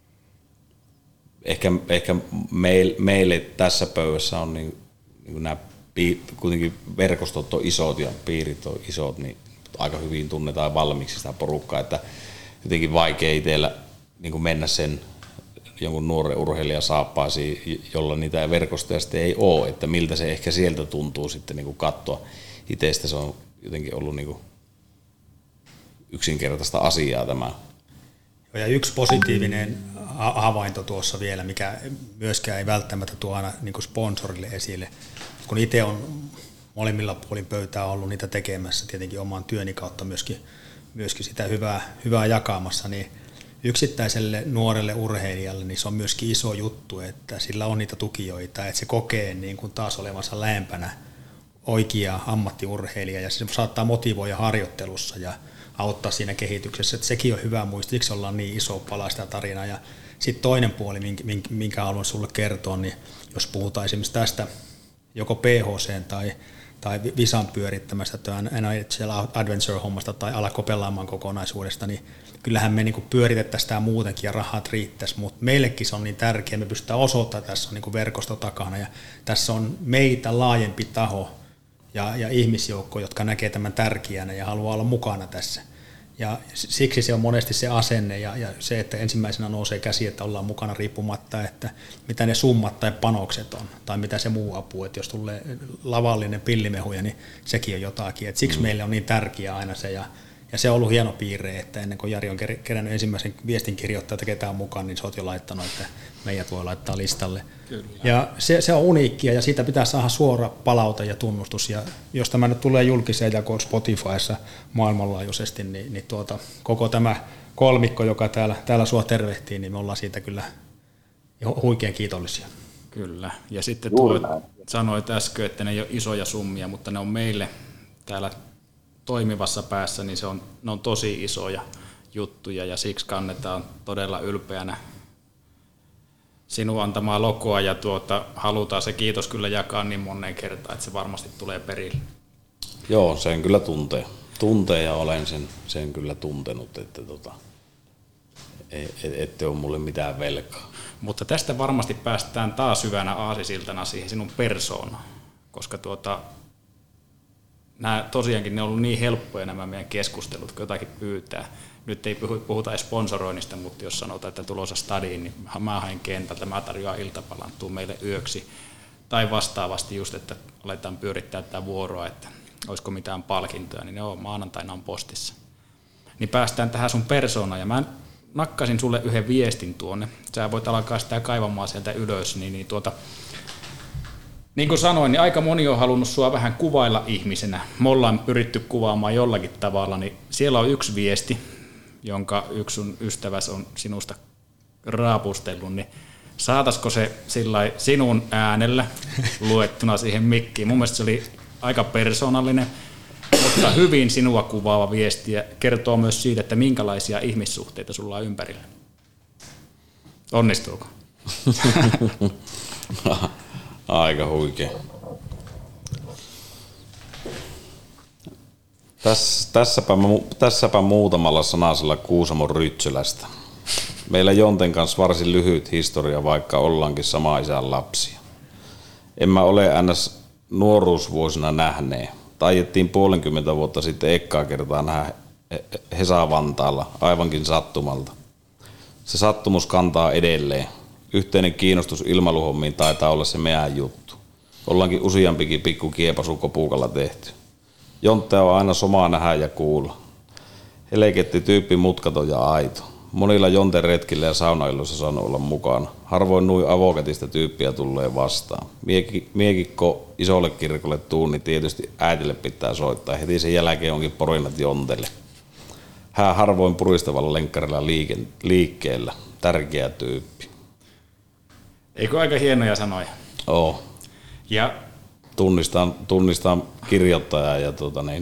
ehkä meille tässä pöydässä on niin nämä kuitenkin verkostot on isot ja piirit on isot, niin aika hyvin tunnetaan valmiiksi sitä porukkaa, että jotenkin vaikea itsellä niin mennä sen jonkun nuoren urheilijan saappaisiin, jolla niitä verkostoja sitten ei ole, että miltä se ehkä sieltä tuntuu sitten niin katsoa. Itsestä se on jotenkin ollut niin yksinkertaista asiaa tämä. Ja yksi positiivinen havainto tuossa vielä, mikä myöskään ei välttämättä tuo aina niin kuin sponsorille esille. Kun itse on molemmilla puolin pöytää ollut niitä tekemässä, tietenkin oman työni kautta myöskin sitä hyvää jakamassa, niin yksittäiselle nuorelle urheilijalle niin se on myöskin iso juttu, että sillä on niitä tukijoita, että se kokee niin kuin taas olevansa lähempänä oikea ammattiurheilija ja se saattaa motivoida harjoittelussa ja auttaa siinä kehityksessä, että sekin on hyvä muistaa, siksi ollaan niin iso pala sitä tarinaa. Ja sitten toinen puoli, minkä haluan sulle kertoa, niin jos puhutaan esimerkiksi tästä joko PHC:n tai Visan pyörittämästä NHL Adventure-hommasta tai Alako pelaamaan kokonaisuudesta, niin kyllähän me niinku pyöritettäisiin sitä muutenkin ja rahat riittäisi, mutta meillekin se on niin tärkeää, me pystytään osoittamaan, että tässä on niinku verkosto takana ja tässä on meitä laajempi taho ja ihmisjoukko, jotka näkee tämän tärkeänä ja haluaa olla mukana tässä. Ja siksi se on monesti se asenne ja se, että ensimmäisenä nousee käsi, että ollaan mukana riippumatta, että mitä ne summat tai panokset on, tai mitä se muu apu, että jos tulee lavallinen pillimehuja, niin sekin on jotakin. Et siksi meille on niin tärkeää aina se, ja se on ollut hieno piirre, että ennen kuin Jari on kerännyt ensimmäisen viestin kirjoittaa, että ketään mukaan, niin sä oot jo laittanut, että meidät voi laittaa listalle. Kyllä. Ja se on uniikkia, ja siitä pitää saada suora palaute ja tunnustus, ja jos tämä nyt tulee julkiseen jakoon Spotifyssa maailmanlaajuisesti, niin koko tämä kolmikko, joka täällä sua tervehtii, niin me ollaan siitä kyllä huikean kiitollisia. Kyllä, ja sitten sanoit äsken, että ne ei ole isoja summia, mutta ne on meille täällä toimivassa päässä, niin ne on tosi isoja juttuja, ja siksi kannetaan todella ylpeänä sinun antamaa logoa, ja halutaan se kiitos kyllä jakaa niin moneen kertaan, että se varmasti tulee perille. Joo, sen kyllä tuntee ja olen sen kyllä tuntenut, että ette ole mulle mitään velkaa. Mutta tästä varmasti päästään taas hyvänä aasisiltana siihen sinun persoonaan, koska tosiaankin ne on ollut niin helppoja nämä meidän keskustelut, kun jotakin pyytää. Nyt ei puhuta edes sponsoroinnista, mutta jos sanotaan, että tulossa stadiin, niin mä haen kentältä, mä tarjoan iltapalan, tuu meille yöksi. Tai vastaavasti just, että aletaan pyörittää tätä vuoroa, että olisiko mitään palkintoja, niin maanantaina on postissa. niin päästään tähän sun persoonaan. Ja mä nakkasin sulle yhden viestin tuonne. Sä voit alkaa sitä kaivamaan sieltä ylös. Niin kuin sanoin, niin aika moni on halunnut sua vähän kuvailla ihmisenä. Me ollaan pyritty kuvaamaan jollakin tavalla, niin siellä on yksi viesti, jonka yksi sun ystäväs on sinusta raapustellut, niin saataisiko se sillai sinun äänellä luettuna siihen mikkiin? Mun mielestä se oli aika persoonallinen, mutta hyvin sinua kuvaava viesti ja kertoo myös siitä, että minkälaisia ihmissuhteita sulla on ympärillä. Onnistuuko? Aika huikea. Tässäpä muutamalla sanasella Kuusamon Rytsylästä. Meillä Jonten kanssa varsin lyhyt historia, vaikka ollaankin sama isän lapsia. En mä ole ns. Nuoruusvuosina nähneen. Taiettiin 50 vuotta sitten ekkaa kertaa nähdä Hesa Vantaalla, aivankin sattumalta. Se sattumus kantaa edelleen. Yhteinen kiinnostus ilmailuhommiin taitaa olla se meidän juttu. Ollaankin useampikin pikku kiepasu kopukalla tehty. Jontta on aina somaa nähdä ja kuulla. Helketti tyyppi mutkaton ja aito. Monilla Jonten retkillä ja saunailluissa saanut olla mukana. Harvoin nui avokatista tyyppiä tulee vastaan. Miekikko isolle kirkolle tuun, niin tietysti äitille pitää soittaa. Heti sen jälkeen onkin porinat Jontelle. Hän harvoin puristavalla lenkkarilla liikkeellä. Tärkeä tyyppi. Eikö aika hienoja sanoja? Oo. Ja tunnistan kirjoittajaa ja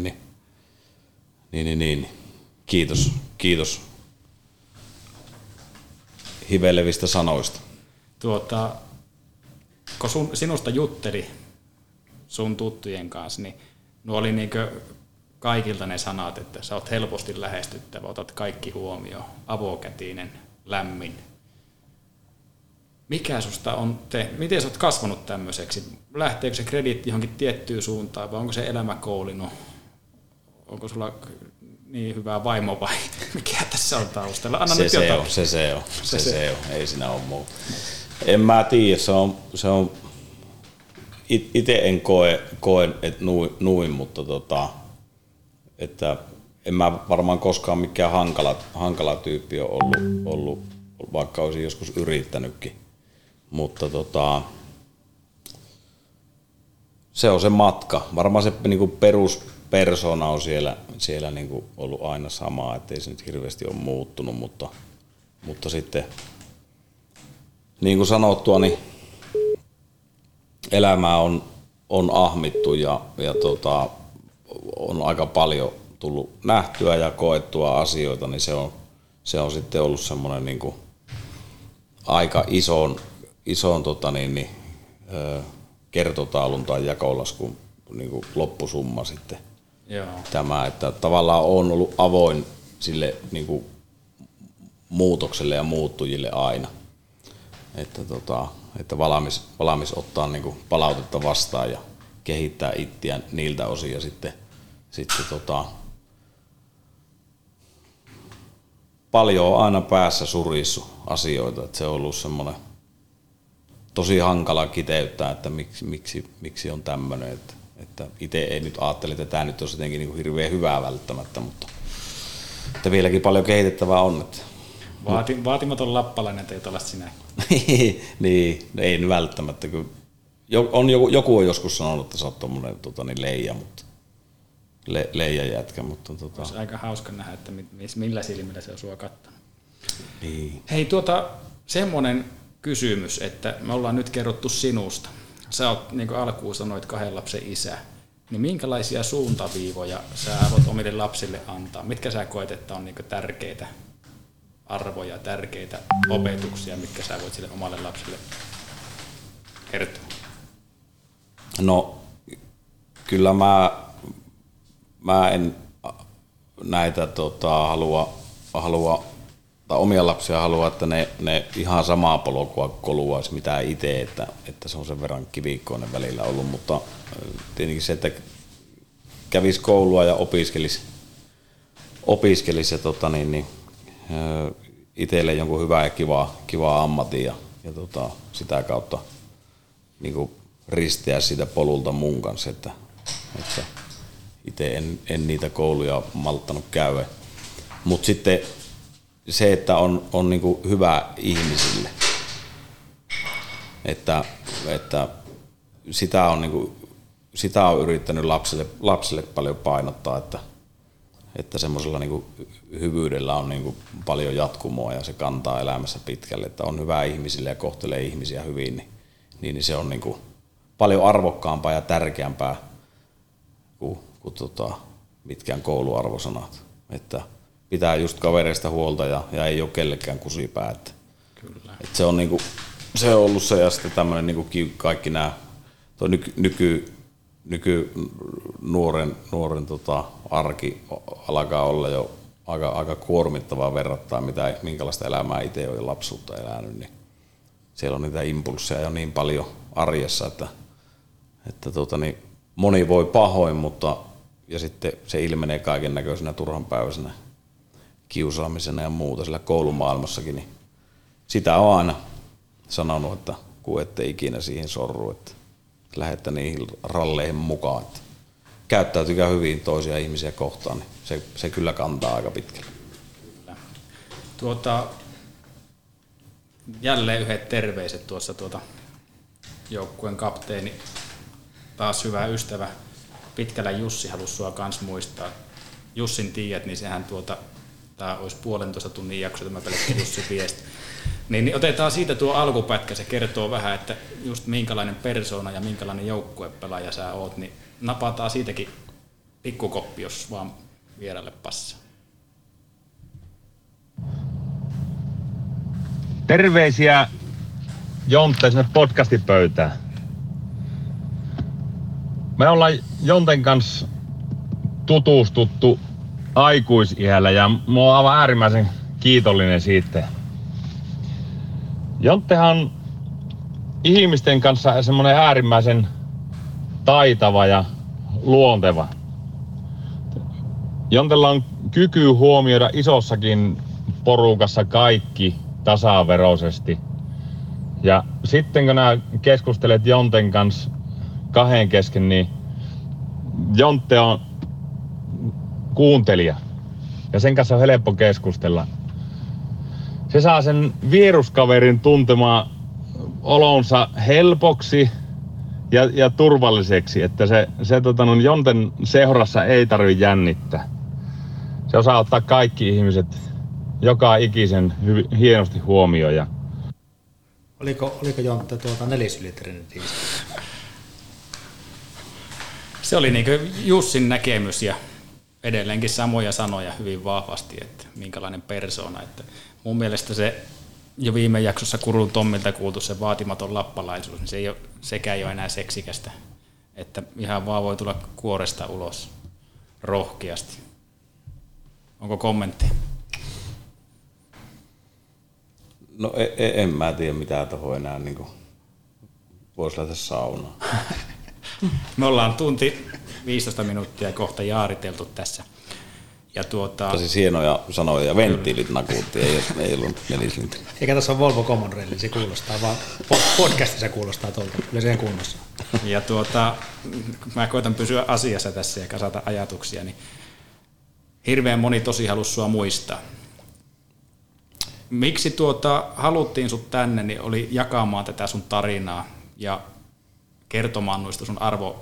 Kiitos hivelevistä sanoista. Kun sinusta jutteli sun tuttujen kanssa, niin nuo oli niinkö kaikilta ne sanat, että sä oot helposti lähestyttävä, otat kaikki huomioon, avokätinen, lämmin. Mikä susta on miten sä oot kasvanut tämmöiseksi? Lähteekö se krediitti johonkin tiettyyn suuntaan vai onko se elämä koulinut? Onko sulla niin hyvä vaimo vai mikä tässä on taustalla? Anna nyt jotain. Se on. Ei siinä ole muu. En mä tiedä, se on itse en koe että nuin, mutta että en mä varmaan koskaan mikään hankala tyyppi ole ollut vaikka olisin joskus yrittänytkin. Mutta se on se matka. Varmaan se niinku peruspersona on siellä niinku ollut aina sama, ettei se nyt hirveästi ole muuttunut, mutta sitten niin kuin sanottua, niin elämää on ahmittu ja on aika paljon tullut nähtyä ja koettua asioita, niin se on sitten ollut semmoinen niinku aika ison kertotaulun tai jakolaskun niinku loppusumma sitten. Joo. Tämä, että tavallaan on ollut avoin sille niinku muutokselle ja muuttujille aina. Että valmis ottaa niinku palautetta vastaan ja kehittää itseään niiltä osin ja sitten paljon on aina päässä surissu asioita, että se on ollut semmoinen tosi hankala kiteyttää, että miksi on tämmöinen, että itse ei nyt ajattele, että tämä nyt on jotenkin niin kuin hirveän hyvää välttämättä, mutta että vieläkin paljon kehitettävää on. Että vaatimaton lappalainen teit olla sinä. Niin, ei välttämättä. Joku on joskus sanonut, että sä oot tommonen leija, mutta leijan jätkä, mutta olisi aika hauska nähdä, että millä silmillä se on sua kattanut. Niin. Hei, semmoinen kysymys, että me ollaan nyt kerrottu sinusta. Sä oot, niin kuin alkuun sanoit, 2 lapsen isä. Niin minkälaisia suuntaviivoja sä voit omille lapsille antaa? Mitkä sä koet, että on niin kuin tärkeitä arvoja, tärkeitä opetuksia, mitkä sä voit sille omalle lapselle kertoa? No, kyllä mä en näitä halua tai omia lapsia halua, että ne ihan samaa polkua koluaisi mitä itse, että se on sen verran kivikkoinen välillä ollut, mutta tietenkin se, että kävisi koulua ja opiskelisi ja itselle jonkun hyvää ja kivaa ammatin ja sitä kautta niin kuin risteä siitä polulta mun kanssa, että itse en niitä kouluja malttanut käydä. Mutta sitten se, että on niinku hyvä ihmisille, että sitä on yrittänyt lapsille paljon painottaa, että semmoisella niinku hyvyydellä on niinku paljon jatkumoa ja se kantaa elämässä pitkälle, että on hyvä ihmisille ja kohtelee ihmisiä hyvin, niin se on niinku paljon arvokkaampaa ja tärkeämpää kuin mitkään kouluarvosanat, että pitää just kavereista huolta ja ei ole kellekään kusipää, että se on niinku se on ollut se ja sitten tämmöinen niinku kaikki nämä nuoren arki alkaa olla jo aika kuormittavaa verrattaa minkälaista elämää itse on jo lapsuutta elänyt, niin siellä on niitä impulsseja jo niin paljon arjessa, että moni voi pahoin, mutta ja sitten se ilmenee kaiken näköisenä turhanpäiväisenä kiusaamisena ja muuta sillä koulumaailmassakin, niin sitä on aina sanonut, että kun ette ikinä siihen sorru, että lähette niihin ralleihin mukaan, että käyttäytykää hyvin toisia ihmisiä kohtaan, niin se kyllä kantaa aika pitkälle. Jälleen yhdet terveiset tuossa joukkueen kapteeni, taas hyvä ystävä, Pitkällä Jussi halusi sua kans muistaa. Jussin tiedät, niin sehän tää olisi 1,5 tunnin jakso, tämä pelkkä Jussi viesti. Niin otetaan siitä tuo alkupätkä, se kertoo vähän, että just minkälainen persoona ja minkälainen joukkuepelaaja sä oot, niin napataan siitäkin pikkukoppi, jos vaan vieraille passaa. Terveisiä Jontte sinne podcastipöytään. Me ollaan Jonten kanssa tutustuttu aikuisiällä ja mä oon aivan äärimmäisen kiitollinen siitä. Jonttehan on ihmisten kanssa semmoinen äärimmäisen taitava ja luonteva. Jontella on kyky huomioida isossakin porukassa kaikki tasaveroisesti. Ja sitten kun nää keskustelet Jonten kanssa kahden kesken, niin Jontte on kuuntelija. Ja sen kanssa on helppo keskustella. Se saa sen vieruskaverin tuntemaan olonsa helpoksi ja turvalliseksi, että se Jonten seurassa ei tarvitse jännittää. Se osaa ottaa kaikki ihmiset joka ikisen hienosti huomioon. Ja Oliko Jontte 4-sylitrinen diesel? Se oli niinku Jussin näkemys ja edelleenkin samoja sanoja hyvin vahvasti, että minkälainen persoona. Että mun mielestä se jo viime jaksossa Kurun Tommilta kuultu se vaatimaton lappalaisuus, niin se ei ole, sekään ei ole enää seksikästä. Että ihan vaan voi tulla kuoresta ulos rohkeasti. Onko kommentti? No en mä tiedä mitä tohon enää niin voisi lähteä saunaan. Me ollaan tunti 15 minuuttia kohta jaariteltu tässä. Ja tosi hienoja sanoja ja venttiilit nakuutti, ei ollut 4-sylitrinen. Eikä tässä ole Volvo Common Rail, se kuulostaa vaan podcastissa kuulostaa tuolta, kyllä siihen kunnossa. Ja mä koitan pysyä asiassa tässä ja kasata ajatuksia, niin hirveän moni tosi halusi sua muistaa. Miksi haluttiin sut tänne, niin oli jakamaan tätä sun tarinaa ja kertomaan noista sun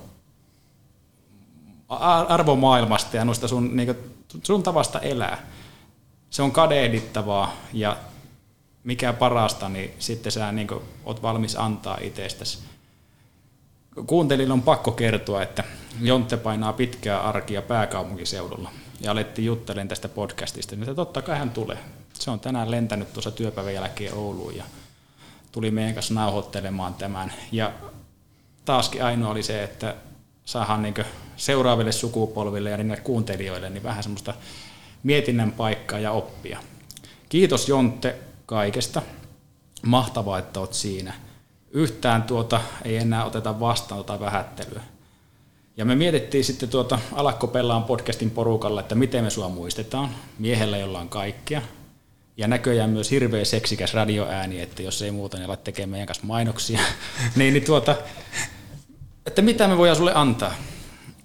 arvomaailmasta ja noista sun tavasta elää. Se on kadehdittavaa ja mikä parasta, niin sitten sä oot valmis antaa itsestäsi. Kuuntelijoille on pakko kertoa, että Jontte painaa pitkää arkia pääkaupunkiseudulla ja alettiin juttelemaan tästä podcastista, niin totta kai hän tulee. Se on tänään lentänyt tuossa työpäivän jälkeen Ouluun ja tuli meidän kanssa nauhoittelemaan tämän. Ja taaskin ainoa oli se, että saadaan seuraaville sukupolville ja niille kuuntelijoille niin vähän semmoista mietinnän paikkaa ja oppia. Kiitos Jontte kaikesta. Mahtavaa, että oot siinä. Yhtään ei enää oteta vastaan vähättelyä. Ja me mietittiin sitten Alakko Pellaan podcastin porukalla, että miten me sua muistetaan. Miehellä, jolla on kaikkea. Ja näköjään myös hirveä seksikäs radioääni, että jos ei muuta, niin alat tekemään meidän kanssa mainoksia. että mitä me voidaan sulle antaa.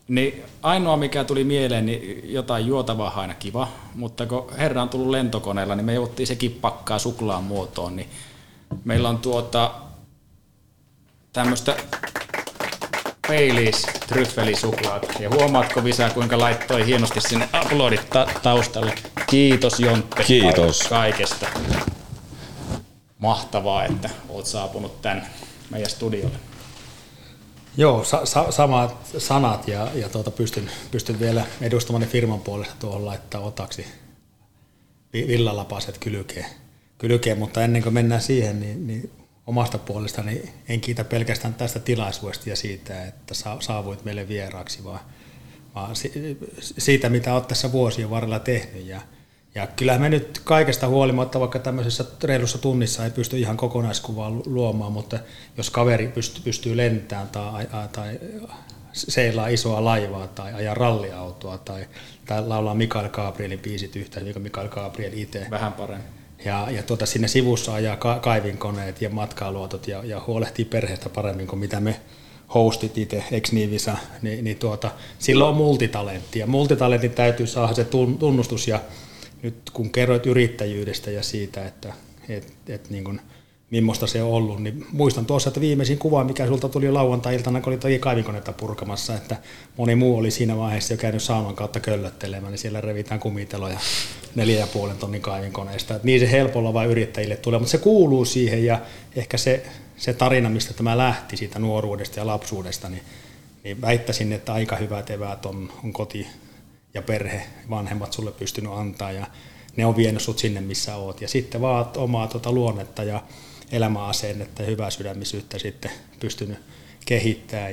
Niin ainoa mikä tuli mieleen, niin jotain juotavaa aina kiva, mutta kun herra on tullut lentokoneella, niin me jouttiin sekin pakkaa suklaan muotoon, niin meillä on tämmöistä Baileys tryffelisuklaat. Ja huomaatko Visa, kuinka laittoi hienosti sinne aplodit taustalle. Kiitos Jontte. Kiitos Kaikesta. Mahtavaa, että oot saapunut tänne meidän studiolle. Joo, samat sanat ja pystyn vielä edustamani firman puolesta tuohon laittaa otaksi villalapaset kylkeen, mutta ennen kuin mennään siihen, niin omasta puolestani en kiitä pelkästään tästä tilaisuudesta ja siitä, että saavuit meille vieraaksi, vaan siitä, mitä olet tässä vuosien varrella tehnyt. Ja kyllähän me nyt kaikesta huolimatta, vaikka tämmöisessä reilussa tunnissa ei pysty ihan kokonaiskuvaa luomaan, mutta jos kaveri pystyy lentämään tai seilaa isoa laivaa tai ajaa ralliautoa tai laulaa Mikael Gabrielin biisit yhtä, niin kuin Mikael Gabriel itse. Vähän paremmin. Ja sinne sivussa ajaa kaivinkoneet ja matkailuautot ja huolehtii perheestä paremmin kuin mitä me hostit itse, eikö niin Visa, niin silloin on multitalentti ja multitalentin täytyy saada se tunnustus ja nyt kun kerroit yrittäjyydestä ja siitä, että niin kuin, millaista se on ollut, niin muistan tuossa, että viimeisin kuva, mikä sulta tuli lauantai-iltana, kun oli toki kaivinkonetta purkamassa, että moni muu oli siinä vaiheessa jo käynyt saunan kautta köllöttelemään, niin siellä revitään kumiteloja 4,5 tonnin kaivinkoneesta. Että niin se helpolla vain yrittäjille tulee, mutta se kuuluu siihen ja ehkä se tarina, mistä tämä lähti siitä nuoruudesta ja lapsuudesta, niin väittäisin, että aika hyvät eväät on koti ja perhe, vanhemmat sulle pystynyt antaa ja ne on vienyt sut sinne, missä oot. Ja sitten vaan omaa luonnetta ja elämäasennetta ja hyvää sydämisyyttä sitten pystynyt kehittämään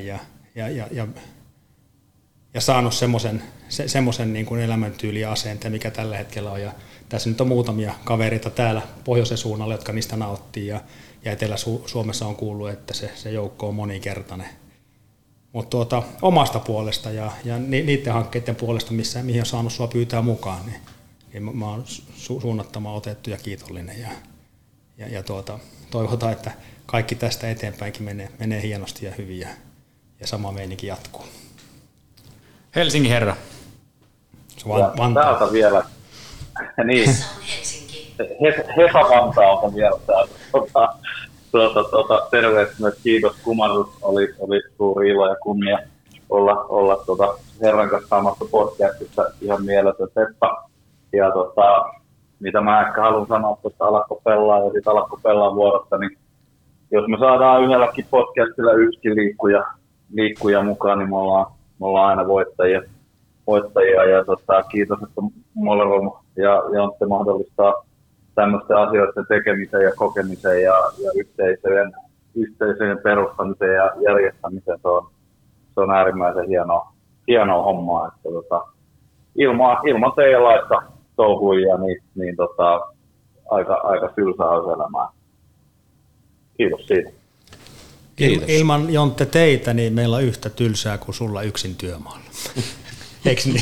ja saanut semmoisen niin kuin elämäntyyli ja asenteen, mikä tällä hetkellä on. Ja tässä nyt on muutamia kavereita täällä pohjoisen suunnalla, jotka niistä nauttii ja Etelä-Suomessa on kuullut, että se joukko on moninkertainen. Mutta omasta puolesta ja niiden hankkeiden puolesta, mihin on saanut sua pyytää mukaan, niin mä oon suunnattoman otettu ja kiitollinen. Ja toivotaan, että kaikki tästä eteenpäinkin menee hienosti ja hyvin ja sama meininki jatkuu. Helsingin herra. Täältä vielä. Niin. Hesa Vantaalta vielä täältä. Terveys myös, kiitos kumarrus, oli suuri ilo ja kunnia olla herran kanssa samassa podcastissa, ihan mieletön Seppa. Ja mitä mä ehkä haluan sanoa tuosta Alakko pelaa ja siitä Alakko pelaa vuorosta, niin jos me saadaan yhdelläkin podcastilla yksi liikkuja mukaan, niin me ollaan aina voittajia ja kiitos, että Molerom ja Jontte mahdollistaa tämmöisten asioiden tekemisen ja kokemisen ja yhteisöjen perustamisen ja järjestämisen. Se on äärimmäisen hienoa hommaa. Että ilman teijalaista touhuja niin aika tylsää olisi elämää. Kiitos siitä. Kiitos. Ilman Jontte teitä, niin meillä on yhtä tylsää kuin sulla yksin työmaalla. Eikö niin?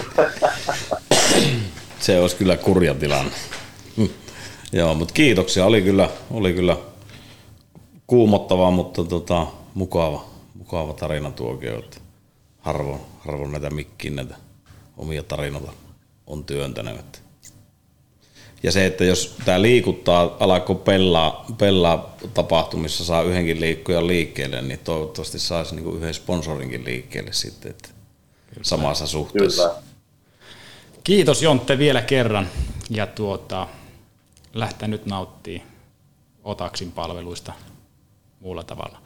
Se olisi kyllä kurja tilanne. Joo, mutta kiitoksia. Oli kyllä kuumottavaa, mutta mukava tarina tuokio. Harvoin näitä mikkiin näitä omia tarinoita on työntänyt. Ja se, että jos tämä liikuttaa, Alakko pelaa tapahtumissa, saa yhdenkin liikkujan liikkeelle, niin toivottavasti saisi niinku yhden sponsorinkin liikkeelle sitten, että samassa suhteessa. Kyllä. Kiitos Jontte vielä kerran ja lähteä nyt nauttii Otaksin palveluista muulla tavalla.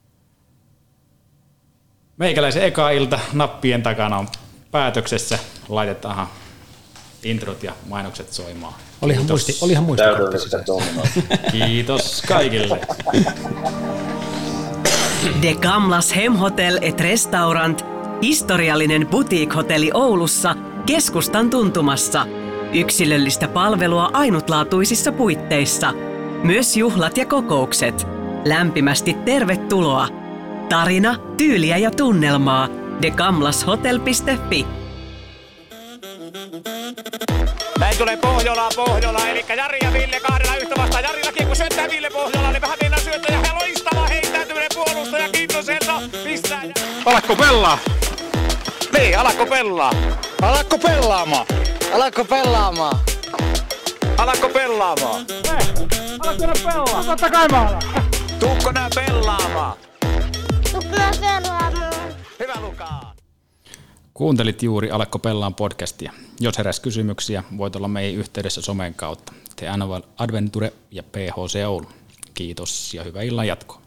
Meikäläisen eka ilta nappien takana on päätöksessä. Laitetaan introt ja mainokset soimaan. Olihan muistikortti sisäistä. Kiitos kaikille. De Gamlas Hemhotel et Restaurant, historiallinen boutique-hotelli Oulussa, keskustan tuntumassa. Yksilöllistä palvelua ainutlaatuisissa puitteissa. Myös juhlat ja kokoukset. Lämpimästi tervetuloa. Tarina, tyyliä ja tunnelmaa. degamlashotel.fi. Näin tulee Pohjola, eli Jari ja Ville kahdella yhtä vastaan. Jarilla kiekko syöttää Ville Pohjola, niin vähän mennään syöttäjä ja loistava heittäytyminen puolustaja Kintoselta. Pistää. Alakko pelaa! Hei, alakko pelaa? Alakko pelaamaan? Alakko pelaamaan? Alakko pelaamaan? Alakko pelaamaan? Totta kai mä alan. Tuukko nää pelaamaan? Tuukko nää pelaamaan? Hyvä Luka! Kuuntelit juuri Alakko pellaan podcastia. Jos heräs kysymyksiä, voit olla meihin yhteydessä somen kautta. The Annual Adventure ja PHC Oulu. Kiitos ja hyvää illan jatkoa.